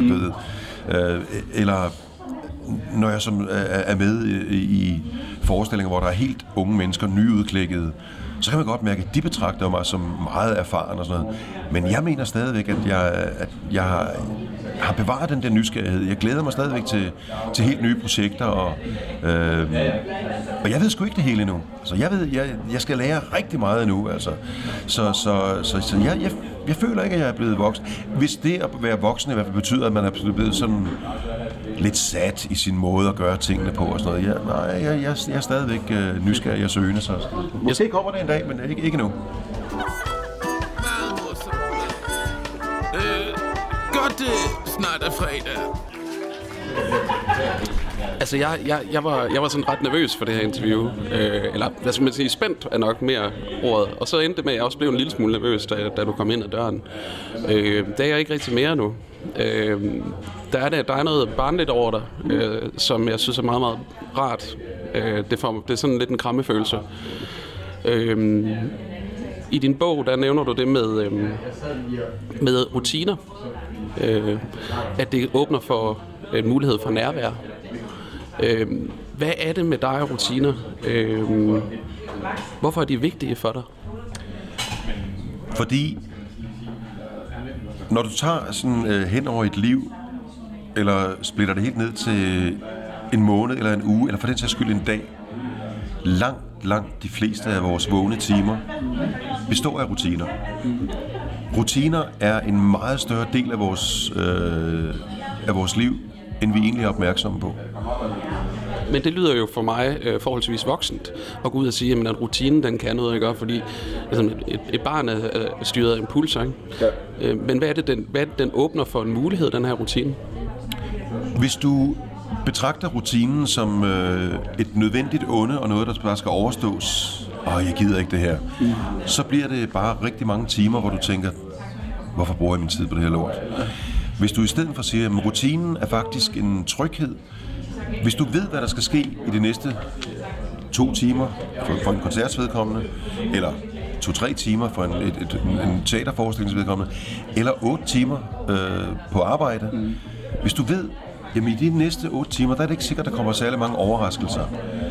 eller når jeg er med i forestillinger, hvor der er helt unge mennesker, nyudklækkede, så kan man godt mærke, at de betragter mig som meget erfaren og sådan noget. Men jeg mener stadigvæk, at jeg har bevaret den der nysgerrighed. Jeg glæder mig stadigvæk til helt nye projekter, og jeg ved sgu ikke det hele endnu. Altså, jeg skal lære rigtig meget endnu. Altså. Så jeg føler ikke, at jeg er blevet voksen. Hvis det at være voksen i hvert fald betyder, at man er blevet sådan lidt sat i sin måde at gøre tingene på og sådan noget. Jeg er stadigvæk nysgerrig og søgende. Så måske kommer det en dag, men ikke nu. Godt, snart er fredag. Altså, jeg var sådan ret nervøs for det her interview. Eller, hvad skal man sige, spændt er nok mere ordet. Og så endte det med, at jeg også blev en lille smule nervøs, da du kom ind ad døren. Det er jeg ikke rigtig mere nu. Der er noget barnligt over dig, som jeg synes er meget, meget rart. Det er sådan lidt en krammefølelse. I din bog, der nævner du det med rutiner. At det åbner for en mulighed for nærvær. Hvad er det med dig og rutiner? Hvorfor er de vigtige for dig? Fordi når du tager sådan hen over et liv, eller splitter det helt ned til en måned eller en uge, eller for den sags skyld en dag, langt de fleste af vores vågne timer består af rutiner. Rutiner er en meget større del af vores liv, end vi egentlig er opmærksomme på. Men det lyder jo for mig forholdsvis voksent at gå ud og sige, at rutinen den kan noget at gøre, fordi altså, et barn er styret af impulser. Ikke? Ja. Men hvad er det, den åbner for en mulighed, den her rutine? Hvis du betragter rutinen som et nødvendigt onde og noget, der bare skal overstås, jeg gider ikke det her, så bliver det bare rigtig mange timer, hvor du tænker, hvorfor bruger jeg min tid på det her lort? Hvis du i stedet for siger, at rutinen er faktisk en tryghed, hvis du ved, hvad der skal ske i de næste 2 timer for en koncertsvedkommende, eller 2-3 timer for en teaterforestillingsvedkommende, eller 8 timer på arbejde. Hvis du ved, jamen i de næste 8 timer, der er det ikke sikkert, der kommer særlig mange overraskelser.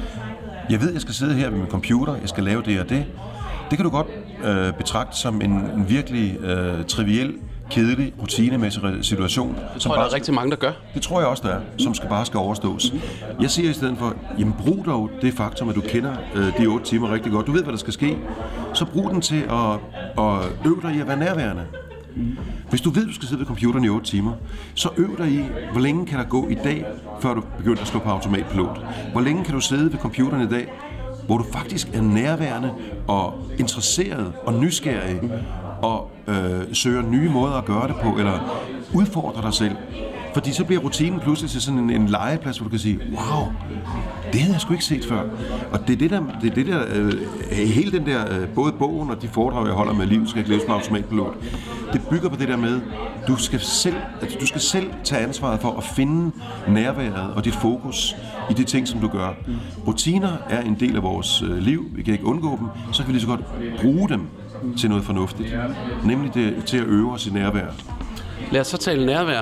Jeg ved, jeg skal sidde her ved min computer, jeg skal lave det og det. Det kan du godt betragte som en virkelig triviel, kedelig, rutinemæssig situation. Det tror jeg, der er rigtig mange, der gør. Det tror jeg også, der er, som bare skal overstås. Jeg siger i stedet for, jamen brug dog det faktum, at du kender de 8 timer rigtig godt. Du ved, hvad der skal ske. Så brug den til at øve dig i at være nærværende. Hvis du ved, du skal sidde ved computeren i 8 timer, så øv dig i, hvor længe kan der gå i dag, før du begynder at slå på automatpilot. Hvor længe kan du sidde ved computeren i dag, hvor du faktisk er nærværende og interesseret og nysgerrig og søger nye måder at gøre det på, eller udfordrer dig selv. Fordi så bliver rutinen pludselig til sådan en legeplads, hvor du kan sige, wow, det havde jeg sgu ikke set før. Og det er det der, hele den der, både bogen og de foredrag, jeg holder med Livet skal ikke leves med automatpilot, det bygger på det der med, du skal selv tage ansvaret for at finde nærværet og dit fokus i de ting, som du gør. Rutiner er en del af vores liv, vi kan ikke undgå dem, så kan vi lige så godt bruge dem til noget fornuftigt, nemlig til at øve os i nærvær. Lad os så tale nærvær.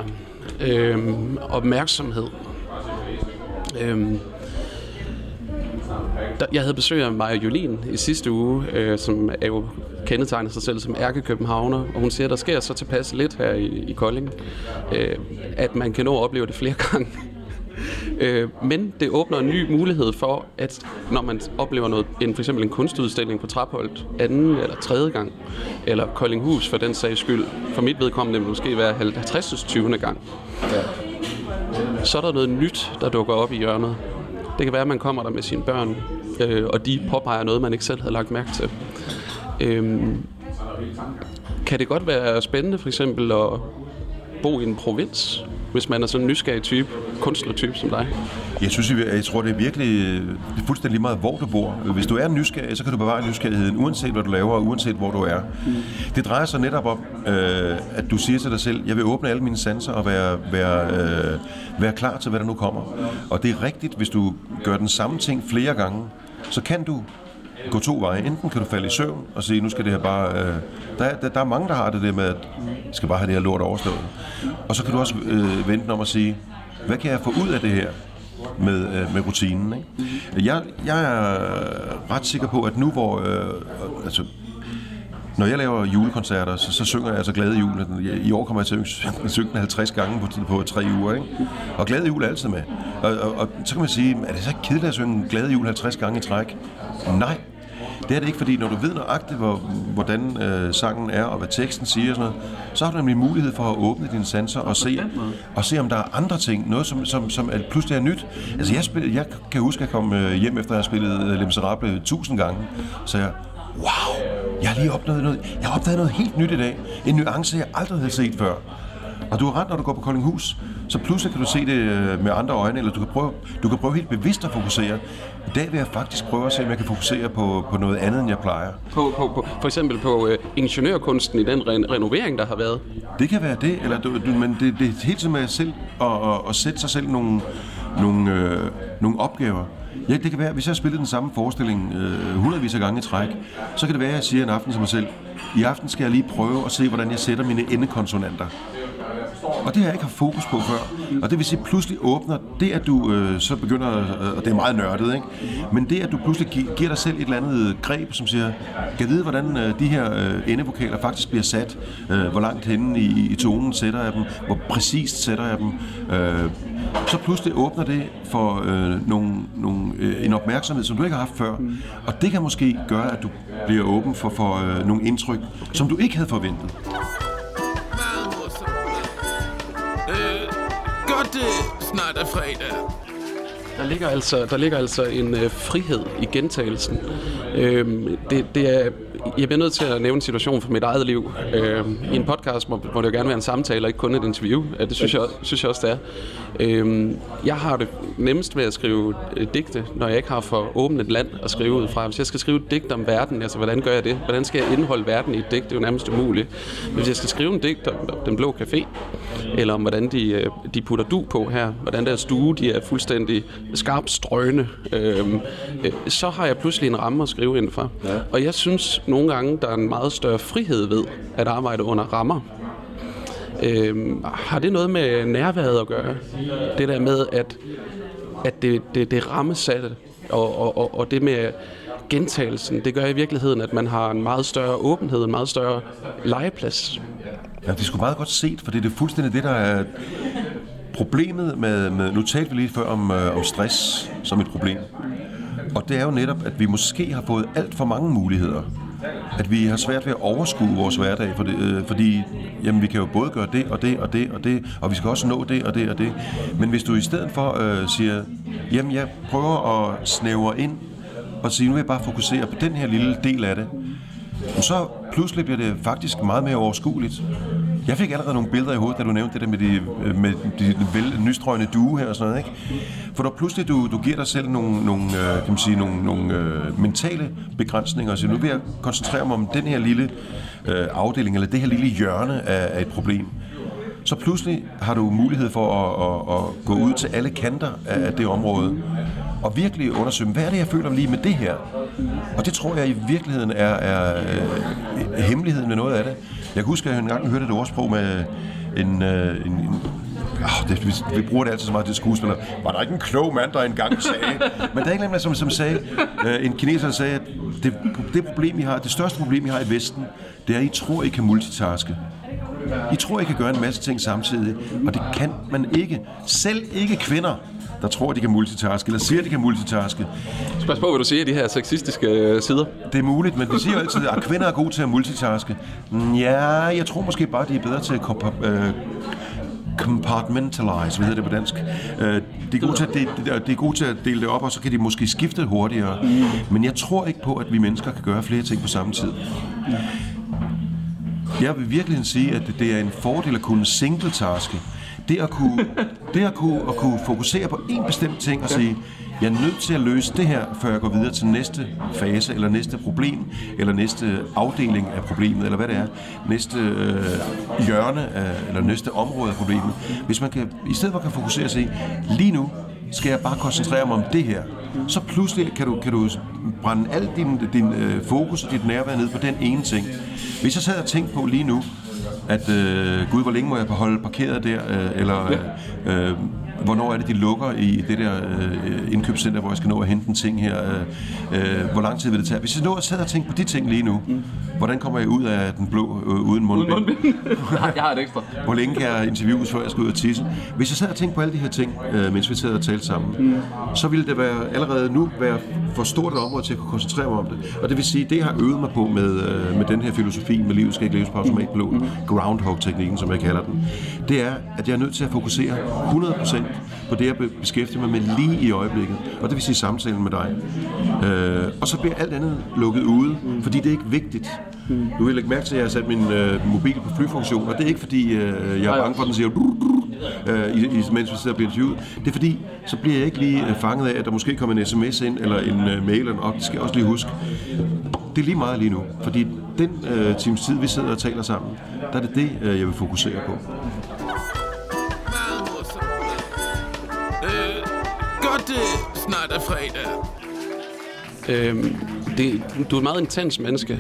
Opmærksomhed. Jeg havde besøg af Maja Julin i sidste uge, som er jo kendetegner sig selv som ærkekøbenhavner, og hun siger, at der sker så tilpas lidt her i Kolding, at man kan nå at opleve det flere gange. Men det åbner en ny mulighed for, at når man oplever noget, for eksempel en kunstudstilling på Trapholt anden eller tredje gang, eller Koldinghus for den sags skyld, for mit vedkommende vil måske være 50. 20. gang, så er der noget nyt, der dukker op i hjørnet. Det kan være, at man kommer der med sine børn, og de påpeger noget, man ikke selv havde lagt mærke til. Kan det godt være spændende for eksempel at bo i en provins hvis man er sådan en nysgerrig type, kunstnertype som dig? Jeg tror, det er virkelig fuldstændig meget, hvor du bor. Hvis du er nysgerrig, så kan du bevare nysgerrigheden, uanset hvad du laver, og uanset hvor du er. Det drejer sig netop om, at du siger til dig selv, jeg vil åbne alle mine sanser og være klar til, hvad der nu kommer. Og det er rigtigt, hvis du gør den samme ting flere gange, så kan du gå 2 veje. Enten kan du falde i søvn og sige, nu skal det her bare... Der er mange, der har det der med, at jeg skal bare have det her lort overstået. Og så kan du også vente om at sige, hvad kan jeg få ud af det her med rutinen? Ikke? Jeg er ret sikker på, at nu hvor... Når jeg laver julekoncerter, så synger jeg altså Glade Jul. I år kommer jeg til at synge den 50 gange på 3 uger. Ikke? Og Glade Jul er altid med. Og så kan man sige, er det så kedeligt at synge Glade Jul 50 gange i træk? Nej, det er det ikke, fordi når du ved nøjagtigt, hvordan sangen er, og hvad teksten siger og sådan noget, så har du nemlig mulighed for at åbne dine sanser og se om der er andre ting, noget som pludselig er nyt. Altså jeg kan huske, at jeg kom hjem efter at have spillet Les Misérables 1000 gange, så wow, jeg har lige opdaget noget. Jeg har opdaget noget helt nyt i dag. En nuance, jeg aldrig havde set før. Og du har ret, når du går på Koldinghus, så pludselig kan du se det med andre øjne, eller du kan prøve helt bevidst at fokusere. I dag vil jeg faktisk prøve at se, om jeg kan fokusere på noget andet, end jeg plejer. For eksempel på ingeniørkunsten i den renovering, der har været? Det kan være det, men det er helt som med selv at sætte sig selv nogle opgaver. Ja, det kan være, hvis jeg spiller den samme forestilling hundredvis af gange i træk, så kan det være, at jeg siger en aften til mig selv, i aften skal jeg lige prøve at se, hvordan jeg sætter mine endekonsonanter. Og det har jeg ikke haft fokus på før. Og det vil sige, pludselig åbner det, at du så begynder, og det er meget nørdet, ikke? Men det, at du pludselig giver dig selv et eller andet greb, som siger, kan vide, hvordan de her endevokaler faktisk bliver sat, hvor langt henne i tonen sætter jeg dem, hvor præcist sætter jeg dem. Så pludselig åbner det for en opmærksomhed, som du ikke har haft før. Og det kan måske gøre, at du bliver åben for nogle indtryk, som du ikke havde forventet. Godt, det snart er fredag. Der ligger altså en frihed i gentagelsen. Det er, jeg bliver nødt til at nævne en situation fra mit eget liv. I en podcast må det jo gerne være en samtale og ikke kun et interview. Det synes jeg også, det er. Jeg har det nemmest ved at skrive digte, når jeg ikke har for åbent et land at skrive ud fra. Hvis jeg skal skrive et digt om verden, altså hvordan gør jeg det? Hvordan skal jeg indholde verden i et digt? Det er jo nærmest umuligt. Hvis jeg skal skrive en digt om Den Blå Café, eller om hvordan de putter du på her, hvordan deres stue de er fuldstændig skarpt strøgne, så har jeg pludselig en ramme at skrive indenfor. Ja. Og jeg synes nogle gange, der er en meget større frihed ved at arbejde under rammer. Har det noget med nærværet at gøre? Det der med, at det rammesatte, og det med gentagelsen, det gør i virkeligheden, at man har en meget større åbenhed, en meget større legeplads. Ja, det er sgu meget godt set, for det er fuldstændig det, der er problemet med nu talte vi lige før om stress som et problem. Og det er jo netop, at vi måske har fået alt for mange muligheder. At vi har svært ved at overskue vores hverdag, fordi jamen, vi kan jo både gøre det og det og det og det, og vi skal også nå det og det og det. Men hvis du i stedet for siger, jamen jeg prøver at snævre ind og sige, nu vil jeg bare fokusere på den her lille del af det, så pludselig bliver det faktisk meget mere overskueligt. Jeg fik allerede nogle billeder i hovedet, da du nævnte det der med de nystrøgne due her og sådan noget, ikke? For da pludselig du giver dig selv nogle mentale begrænsninger og siger, nu vil jeg koncentrere mig om den her lille afdeling eller det her lille hjørne af et problem. Så pludselig har du mulighed for at gå ud til alle kanter af det område og virkelig undersøge, hvad er det, jeg føler lige med det her? Og det tror jeg i virkeligheden er hemmeligheden med noget af det. Jeg kan huske, at jeg engang hørte et ordsprog med vi bruger det altid så meget til skuespillere. Var der ikke en klog mand, der engang sagde? Men der er ikke nogen, som sagde, en kineser sagde, at det største problem, I har i Vesten, det er, at I tror, I kan multitaske. I tror, I kan gøre en masse ting samtidig, og det kan man ikke. Selv ikke kvinder, der tror, de kan multitaske, eller siger, de kan multitaske. Spørg på, hvad du siger i de her sexistiske sider. Det er muligt, men de siger jo altid, at kvinder er gode til at multitaske. Ja, jeg tror måske bare, de er bedre til at compartmentalize, hvad hedder det på dansk. De er gode til at dele det op, og så kan de måske skifte hurtigere. Men jeg tror ikke på, at vi mennesker kan gøre flere ting på samme tid. Jeg vil virkelig sige, at det er en fordel at kunne singletaske. Det at kunne fokusere på en bestemt ting og sige, jeg er nødt til at løse det her, før jeg går videre til næste fase, eller næste problem, eller næste afdeling af problemet, eller hvad det er, næste hjørne, eller næste område af problemet. Hvis man kan, i stedet for kan fokusere og sige, lige nu skal jeg bare koncentrere mig om det her, så pludselig kan du brænde al din fokus og dit nærvær ned på den ene ting. Hvis jeg sad og tænkte på lige nu, at gud, hvor længe må jeg holde parkeret der, eller hvornår er det, de lukker i det der indkøbscenter, hvor jeg skal nå at hente en ting her, hvor lang tid vil det tage? Hvis jeg nu sad og tænkte på de ting lige nu, hvordan kommer jeg ud af den blå uden mundbind? Jeg har et ekstra. Hvor længe kan jeg interviews, før jeg skal ud og tisse? Hvis jeg sad og tænkte på alle de her ting, mens vi sad og talte sammen, så ville det allerede nu være for stort et område til at kunne koncentrere mig om det. Og det vil sige, det jeg har øvet mig på med den her filosofi, med livet skal ikke leves på automatpilot, Groundhog-teknikken, som jeg kalder den, det er, at jeg er nødt til at fokusere 100% på det, jeg beskæftiger mig med lige i øjeblikket. Og det vil sige samtalen med dig. Og så bliver alt andet lukket ude, fordi det er ikke vigtigt. Du vil lægge mærke til, at jeg har sat min mobil på flyfunktion, og det er ikke fordi, jeg er bange for, at den siger mens vi sidder og bliver interviewet. Det er fordi, så bliver jeg ikke lige fanget af, at der måske kommer en sms ind, eller en mail, og det skal jeg også lige huske. Det er lige meget lige nu, fordi den times tid, vi sidder og taler sammen, der er det, jeg vil fokusere på. Godt, det snart er fredag. Du er et meget intens menneske,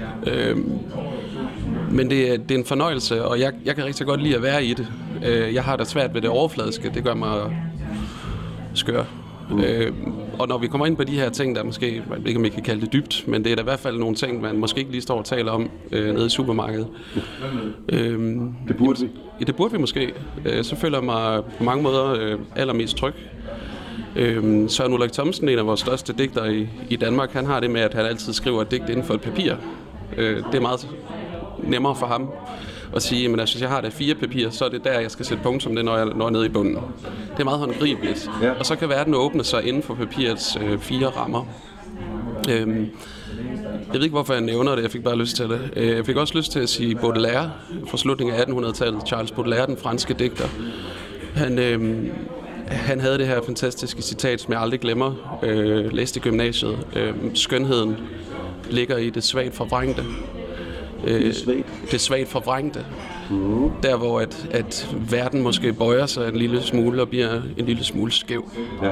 men det er en fornøjelse, og jeg kan rigtig godt lide at være i det. Jeg har da svært ved det overfladiske, det gør mig skør. Og når vi kommer ind på de her ting, der måske, jeg ved ikke om jeg kan kalde det dybt, men det er da i hvert fald nogle ting, man måske ikke lige står og taler om nede i supermarkedet. Det burde vi. Ja, det burde vi måske. Så føler jeg mig på mange måder allermest tryg. Søren Ulrik Thomsen, en af vores største digtere i Danmark, han har det med, at han altid skriver et digt inden for et papir. Det er meget nemmere for ham at sige, men hvis jeg har det 4 papir, så er det der, jeg skal sætte punktum, det når jeg når nede i bunden. Det er meget håndgribeligt. Ja. Og så kan verden åbne sig inden for papirets 4 rammer. Jeg ved ikke, hvorfor jeg nævner det, jeg fik bare lyst til det. Jeg fik også lyst til at sige Baudelaire, fra slutningen af 1800-tallet. Charles Baudelaire, den franske digter. Han havde det her fantastiske citat, som jeg aldrig glemmer, læste i gymnasiet. Skønheden ligger i det svagt forvrængte. Det svagt forvrængte. Der, hvor at verden måske bøjer sig en lille smule og bliver en lille smule skæv. Ja.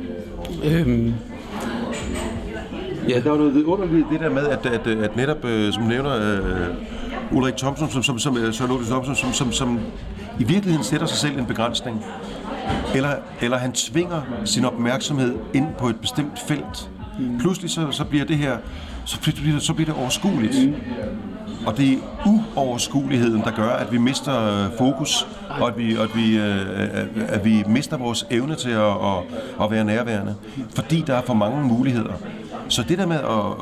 Ja. Der er noget vidunderligt det der med, at netop, som nævner Ulrik Thomsen, som i virkeligheden sætter sig selv en begrænsning. Eller han tvinger sin opmærksomhed ind på et bestemt felt. Pludselig så bliver det her, så bliver det overskueligt. Og det er uoverskueligheden, der gør, at vi mister fokus, og at vi mister vores evne til at være nærværende. Fordi der er for mange muligheder. Så det der med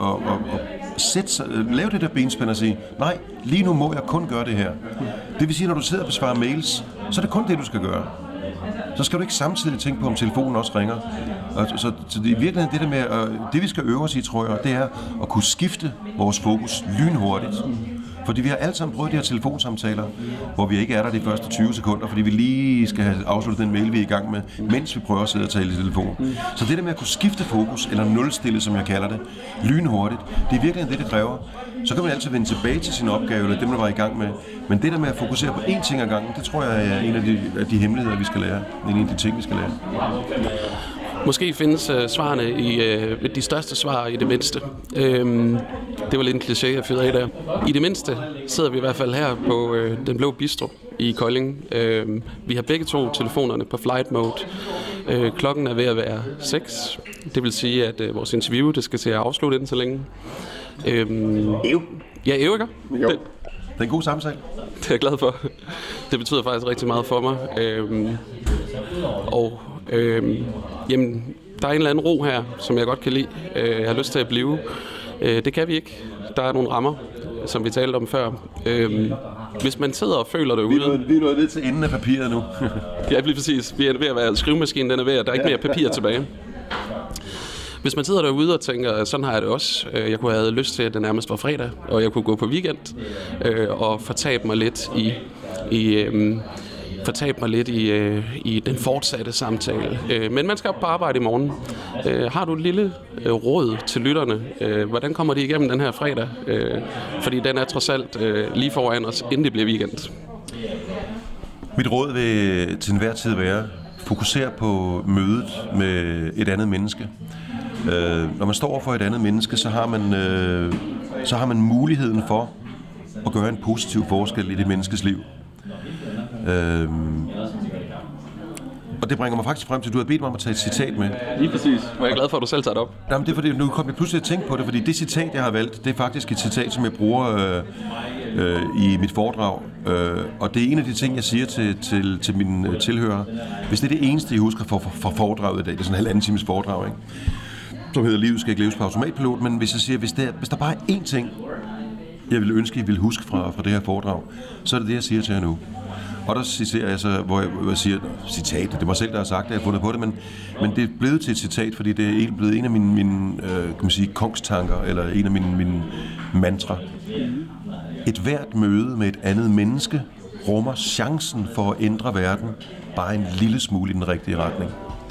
at lave det der benspænd og sige, nej, lige nu må jeg kun gøre det her. Det vil sige, når du sidder og besvarer mails, så er det kun det, du skal gøre. Så skal du ikke samtidig tænke på, om telefonen også ringer. Så det er i virkeligheden det der med, det vi skal øve os i, tror jeg, det er at kunne skifte vores fokus lynhurtigt. Fordi vi har alle sammen prøvet de her telefonsamtaler, hvor vi ikke er der de første 20 sekunder, fordi vi lige skal have afsluttet den mail, vi er i gang med, mens vi prøver at sidde og tale i telefon. Så det der med at kunne skifte fokus, eller nulstille, som jeg kalder det, lynhurtigt, det er virkelig det kræver. Så kan man altid vende tilbage til sin opgave, eller det, man var i gang med. Men det der med at fokusere på én ting ad gangen, det tror jeg er en af de hemmeligheder, vi skal lære. En af de ting, vi skal lære. Måske findes svarene i de største svar i det mindste. Det var lidt en kliché, jeg fyrede af der. I det mindste sidder vi i hvert fald her på Den Blå Bistro i Kolding. Vi har begge to telefonerne på flight mode. Klokken er ved at være 6. Det vil sige, at vores interview det skal til at afslutte inden så længe. Ja, ikke? Jo. Det er en god samtale. Det er jeg glad for. Det betyder faktisk rigtig meget for mig. Jamen, der er en eller anden ro her, som jeg godt kan lide. Jeg har lyst til at blive. Det kan vi ikke. Der er nogle rammer, som vi talte om før. Hvis man sidder og føler det ude... Vi er nået ned til enden af papiret nu. Ja, lige præcis. Vi er ved at være skrivemaskinen, den er ved at... Der er ikke mere papir tilbage. Hvis man sidder derude og tænker, sådan har jeg det også. Jeg kunne have lyst til, at det nærmest var fredag, og jeg kunne gå på weekend og fortabe mig lidt fortabe mig lidt i den fortsatte samtale. Men man skal op på arbejde i morgen. Har du et lille råd til lytterne? Hvordan kommer de igennem den her fredag? Fordi den er trods alt lige foran os, inden det bliver weekend. Mit råd vil til enhver tid være, fokusere på mødet med et andet menneske. Når man står over for et andet menneske, så har man muligheden for at gøre en positiv forskel i det menneskes liv. Og det bringer mig faktisk frem til, at du har bedt mig om at tage et citat med. Lige præcis. Og jeg er glad for, at du selv tager det op. Jamen, det er fordi, nu kom jeg pludselig at tænke på det, fordi det citat, jeg har valgt, det er faktisk et citat, som jeg bruger i mit foredrag. Og det er en af de ting, jeg siger til mine tilhørere. Hvis det er det eneste, I husker fra foredraget i dag, det er sådan en halvanden times foredrag, ikke? Som hedder Livet skal ikke leves på automatpilot, men hvis jeg siger, hvis der bare er én ting, jeg ville ønske, I ville huske fra det her foredrag, så er det det, jeg siger til jer nu. Og der citerer jeg så, hvor jeg siger, citat, det er mig selv, der har sagt det, jeg har fundet på det, men det er blevet til et citat, fordi det er blevet en af mine kan man sige, kongstanker, eller en af mine mantra. Et hvert møde med et andet menneske rummer chancen for at ændre verden bare en lille smule i den rigtige retning.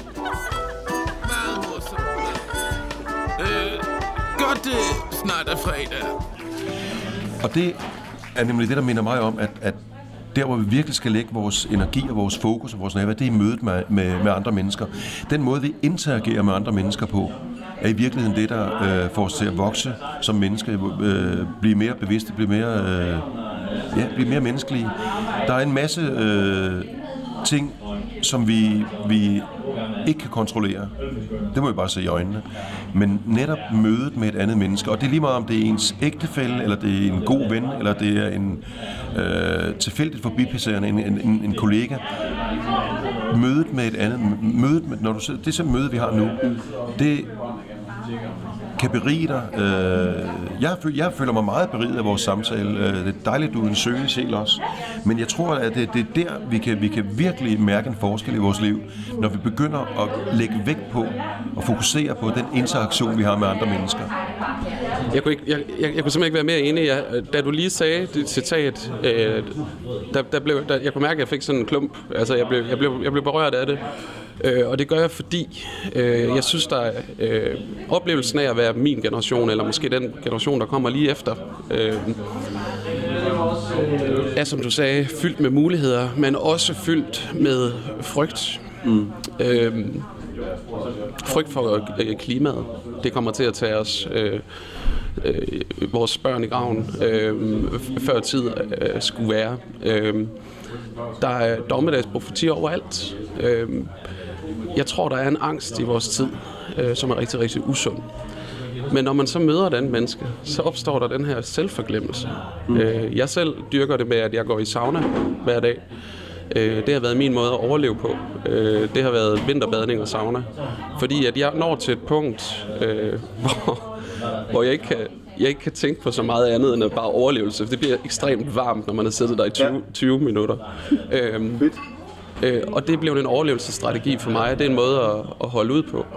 Godt, det snart er fredag. Og det er nemlig det, der minder mig om, at der, hvor vi virkelig skal lægge vores energi og vores fokus og vores nærvær, det er i mødet med andre mennesker. Den måde, vi interagerer med andre mennesker på, er i virkeligheden det, der får os til at vokse som mennesker, blive mere bevidste, blive mere menneskelige. Der er en masse ting, som vi ikke kan kontrollere. Det må vi bare se i øjnene. Men netop mødet med et andet menneske, og det er lige meget om det er ens ægtefælle, eller det er en god ven, eller det er en tilfældigt forbipasserende, en kollega. Mødet med et andet, det så møde vi har nu, det kan berige dig. Jeg føler mig meget beriget af vores samtale. Det er dejligt, du er en søgende sjæl også. Men jeg tror, at det er der, vi kan virkelig mærke en forskel i vores liv, når vi begynder at lægge vægt på og fokusere på den interaktion, vi har med andre mennesker. Jeg kunne simpelthen ikke være mere enig. Da du lige sagde dit citat, jeg kunne mærke, at jeg fik sådan en klump. Altså, jeg blev berørt af det. Og det gør jeg, fordi jeg synes, der er oplevelsen af at være min generation, eller måske den generation, der kommer lige efter, er, som du sagde, fyldt med muligheder, men også fyldt med frygt. Frygt for klimaet. Det kommer til at tage os vores børn i graven før tid skulle være. Der er dommedagsprofetier overalt. Jeg tror, der er en angst i vores tid, som er rigtig, rigtig usund. Men når man så møder et andet menneske, så opstår der den her selvforglemmelse. Jeg selv dyrker det med, at jeg går i sauna hver dag. Det har været min måde at overleve på. Det har været vinterbadning og sauna. Fordi at jeg når til et punkt, hvor jeg ikke kan tænke på så meget andet end bare overlevelse. Det bliver ekstremt varmt, når man har siddet der i 20 minutter. Og det blev en overlevelsesstrategi for mig. Det er en måde at holde ud på.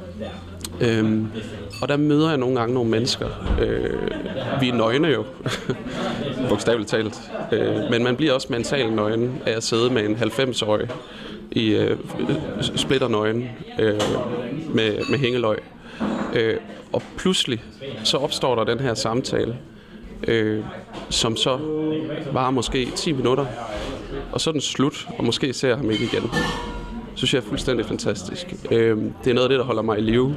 Og der møder jeg nogle gange nogle mennesker. Vi er nøgne jo, bogstaveligt talt. Men man bliver også mentalt nøgen af at sidde med en 90-årig i splitternøgen med hængeløg. Og pludselig så opstår der den her samtale, som så varer måske 10 minutter, og så er den slut, og måske ser jeg ham ikke igen. Synes jeg er fuldstændig fantastisk. Det er noget af det, der holder mig i live.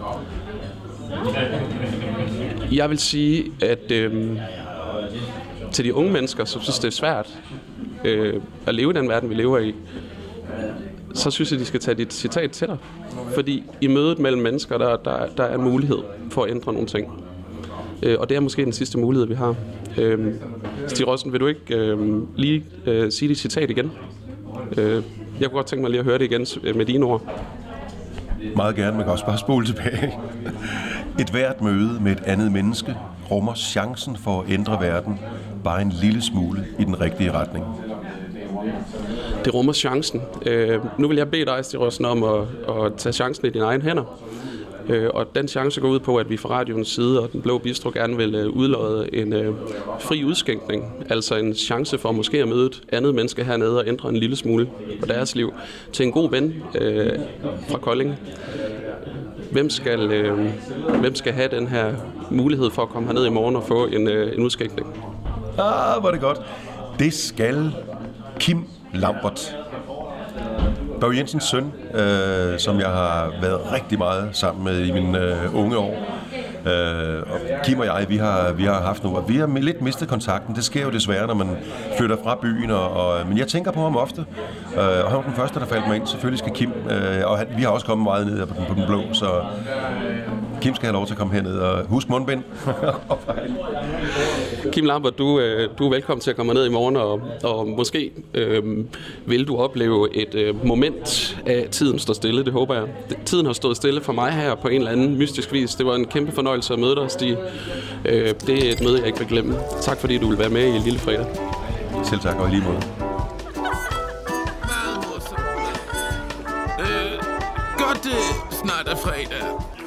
Jeg vil sige, at til de unge mennesker, som synes, det er svært at leve i den verden, vi lever i, så synes jeg, de skal tage dit citat til dig. Fordi i mødet mellem mennesker, der er en mulighed for at ændre nogle ting. Og det er måske den sidste mulighed, vi har. Stig Rossen, vil du ikke lige sige dit citat igen? Jeg kunne godt tænke mig lige at høre det igen med dine ord. Meget gerne, man kan også bare spole tilbage. Et hvert møde med et andet menneske rummer chancen for at ændre verden bare en lille smule i den rigtige retning. Det rummer chancen. Nu vil jeg bede dig, Stig Rossen, om at tage chancen i dine egne hænder. Og den chance går ud på, at vi fra radioens side og Den Blå Bistro gerne vil udlodde en fri udskænkning. Altså en chance for måske at møde et andet menneske hernede og ændre en lille smule på deres liv. Til en god ven fra Kolding. Hvem skal have den her mulighed for at komme herned i morgen og få en udskænkning? Hvor er det godt. Det skal Kim Lambert. Børge Jensens søn, som jeg har været rigtig meget sammen med i mine unge år. Og Kim og jeg, vi har haft nogle, og vi har lidt mistet kontakten. Det sker jo desværre, når man flytter fra byen, men jeg tænker på ham ofte. Og han var den første, der faldt mig ind. Selvfølgelig skal Kim, og vi har også kommet meget ned på den blå, så Kim skal have lov til at komme herned og husk mundbind. Kim Lambert, du er velkommen til at komme ned i morgen, og måske vil du opleve et moment af tiden står stille, det håber jeg. Tiden har stået stille for mig her på en eller anden mystisk vis. Det var en kæmpe fornøjelse at møde dig, Stig. Det er et møde, jeg ikke vil glemme. Tak fordi du vil være med i Lille Fredag. Selv tak, og i lige måde. Godt, det snart er fredag.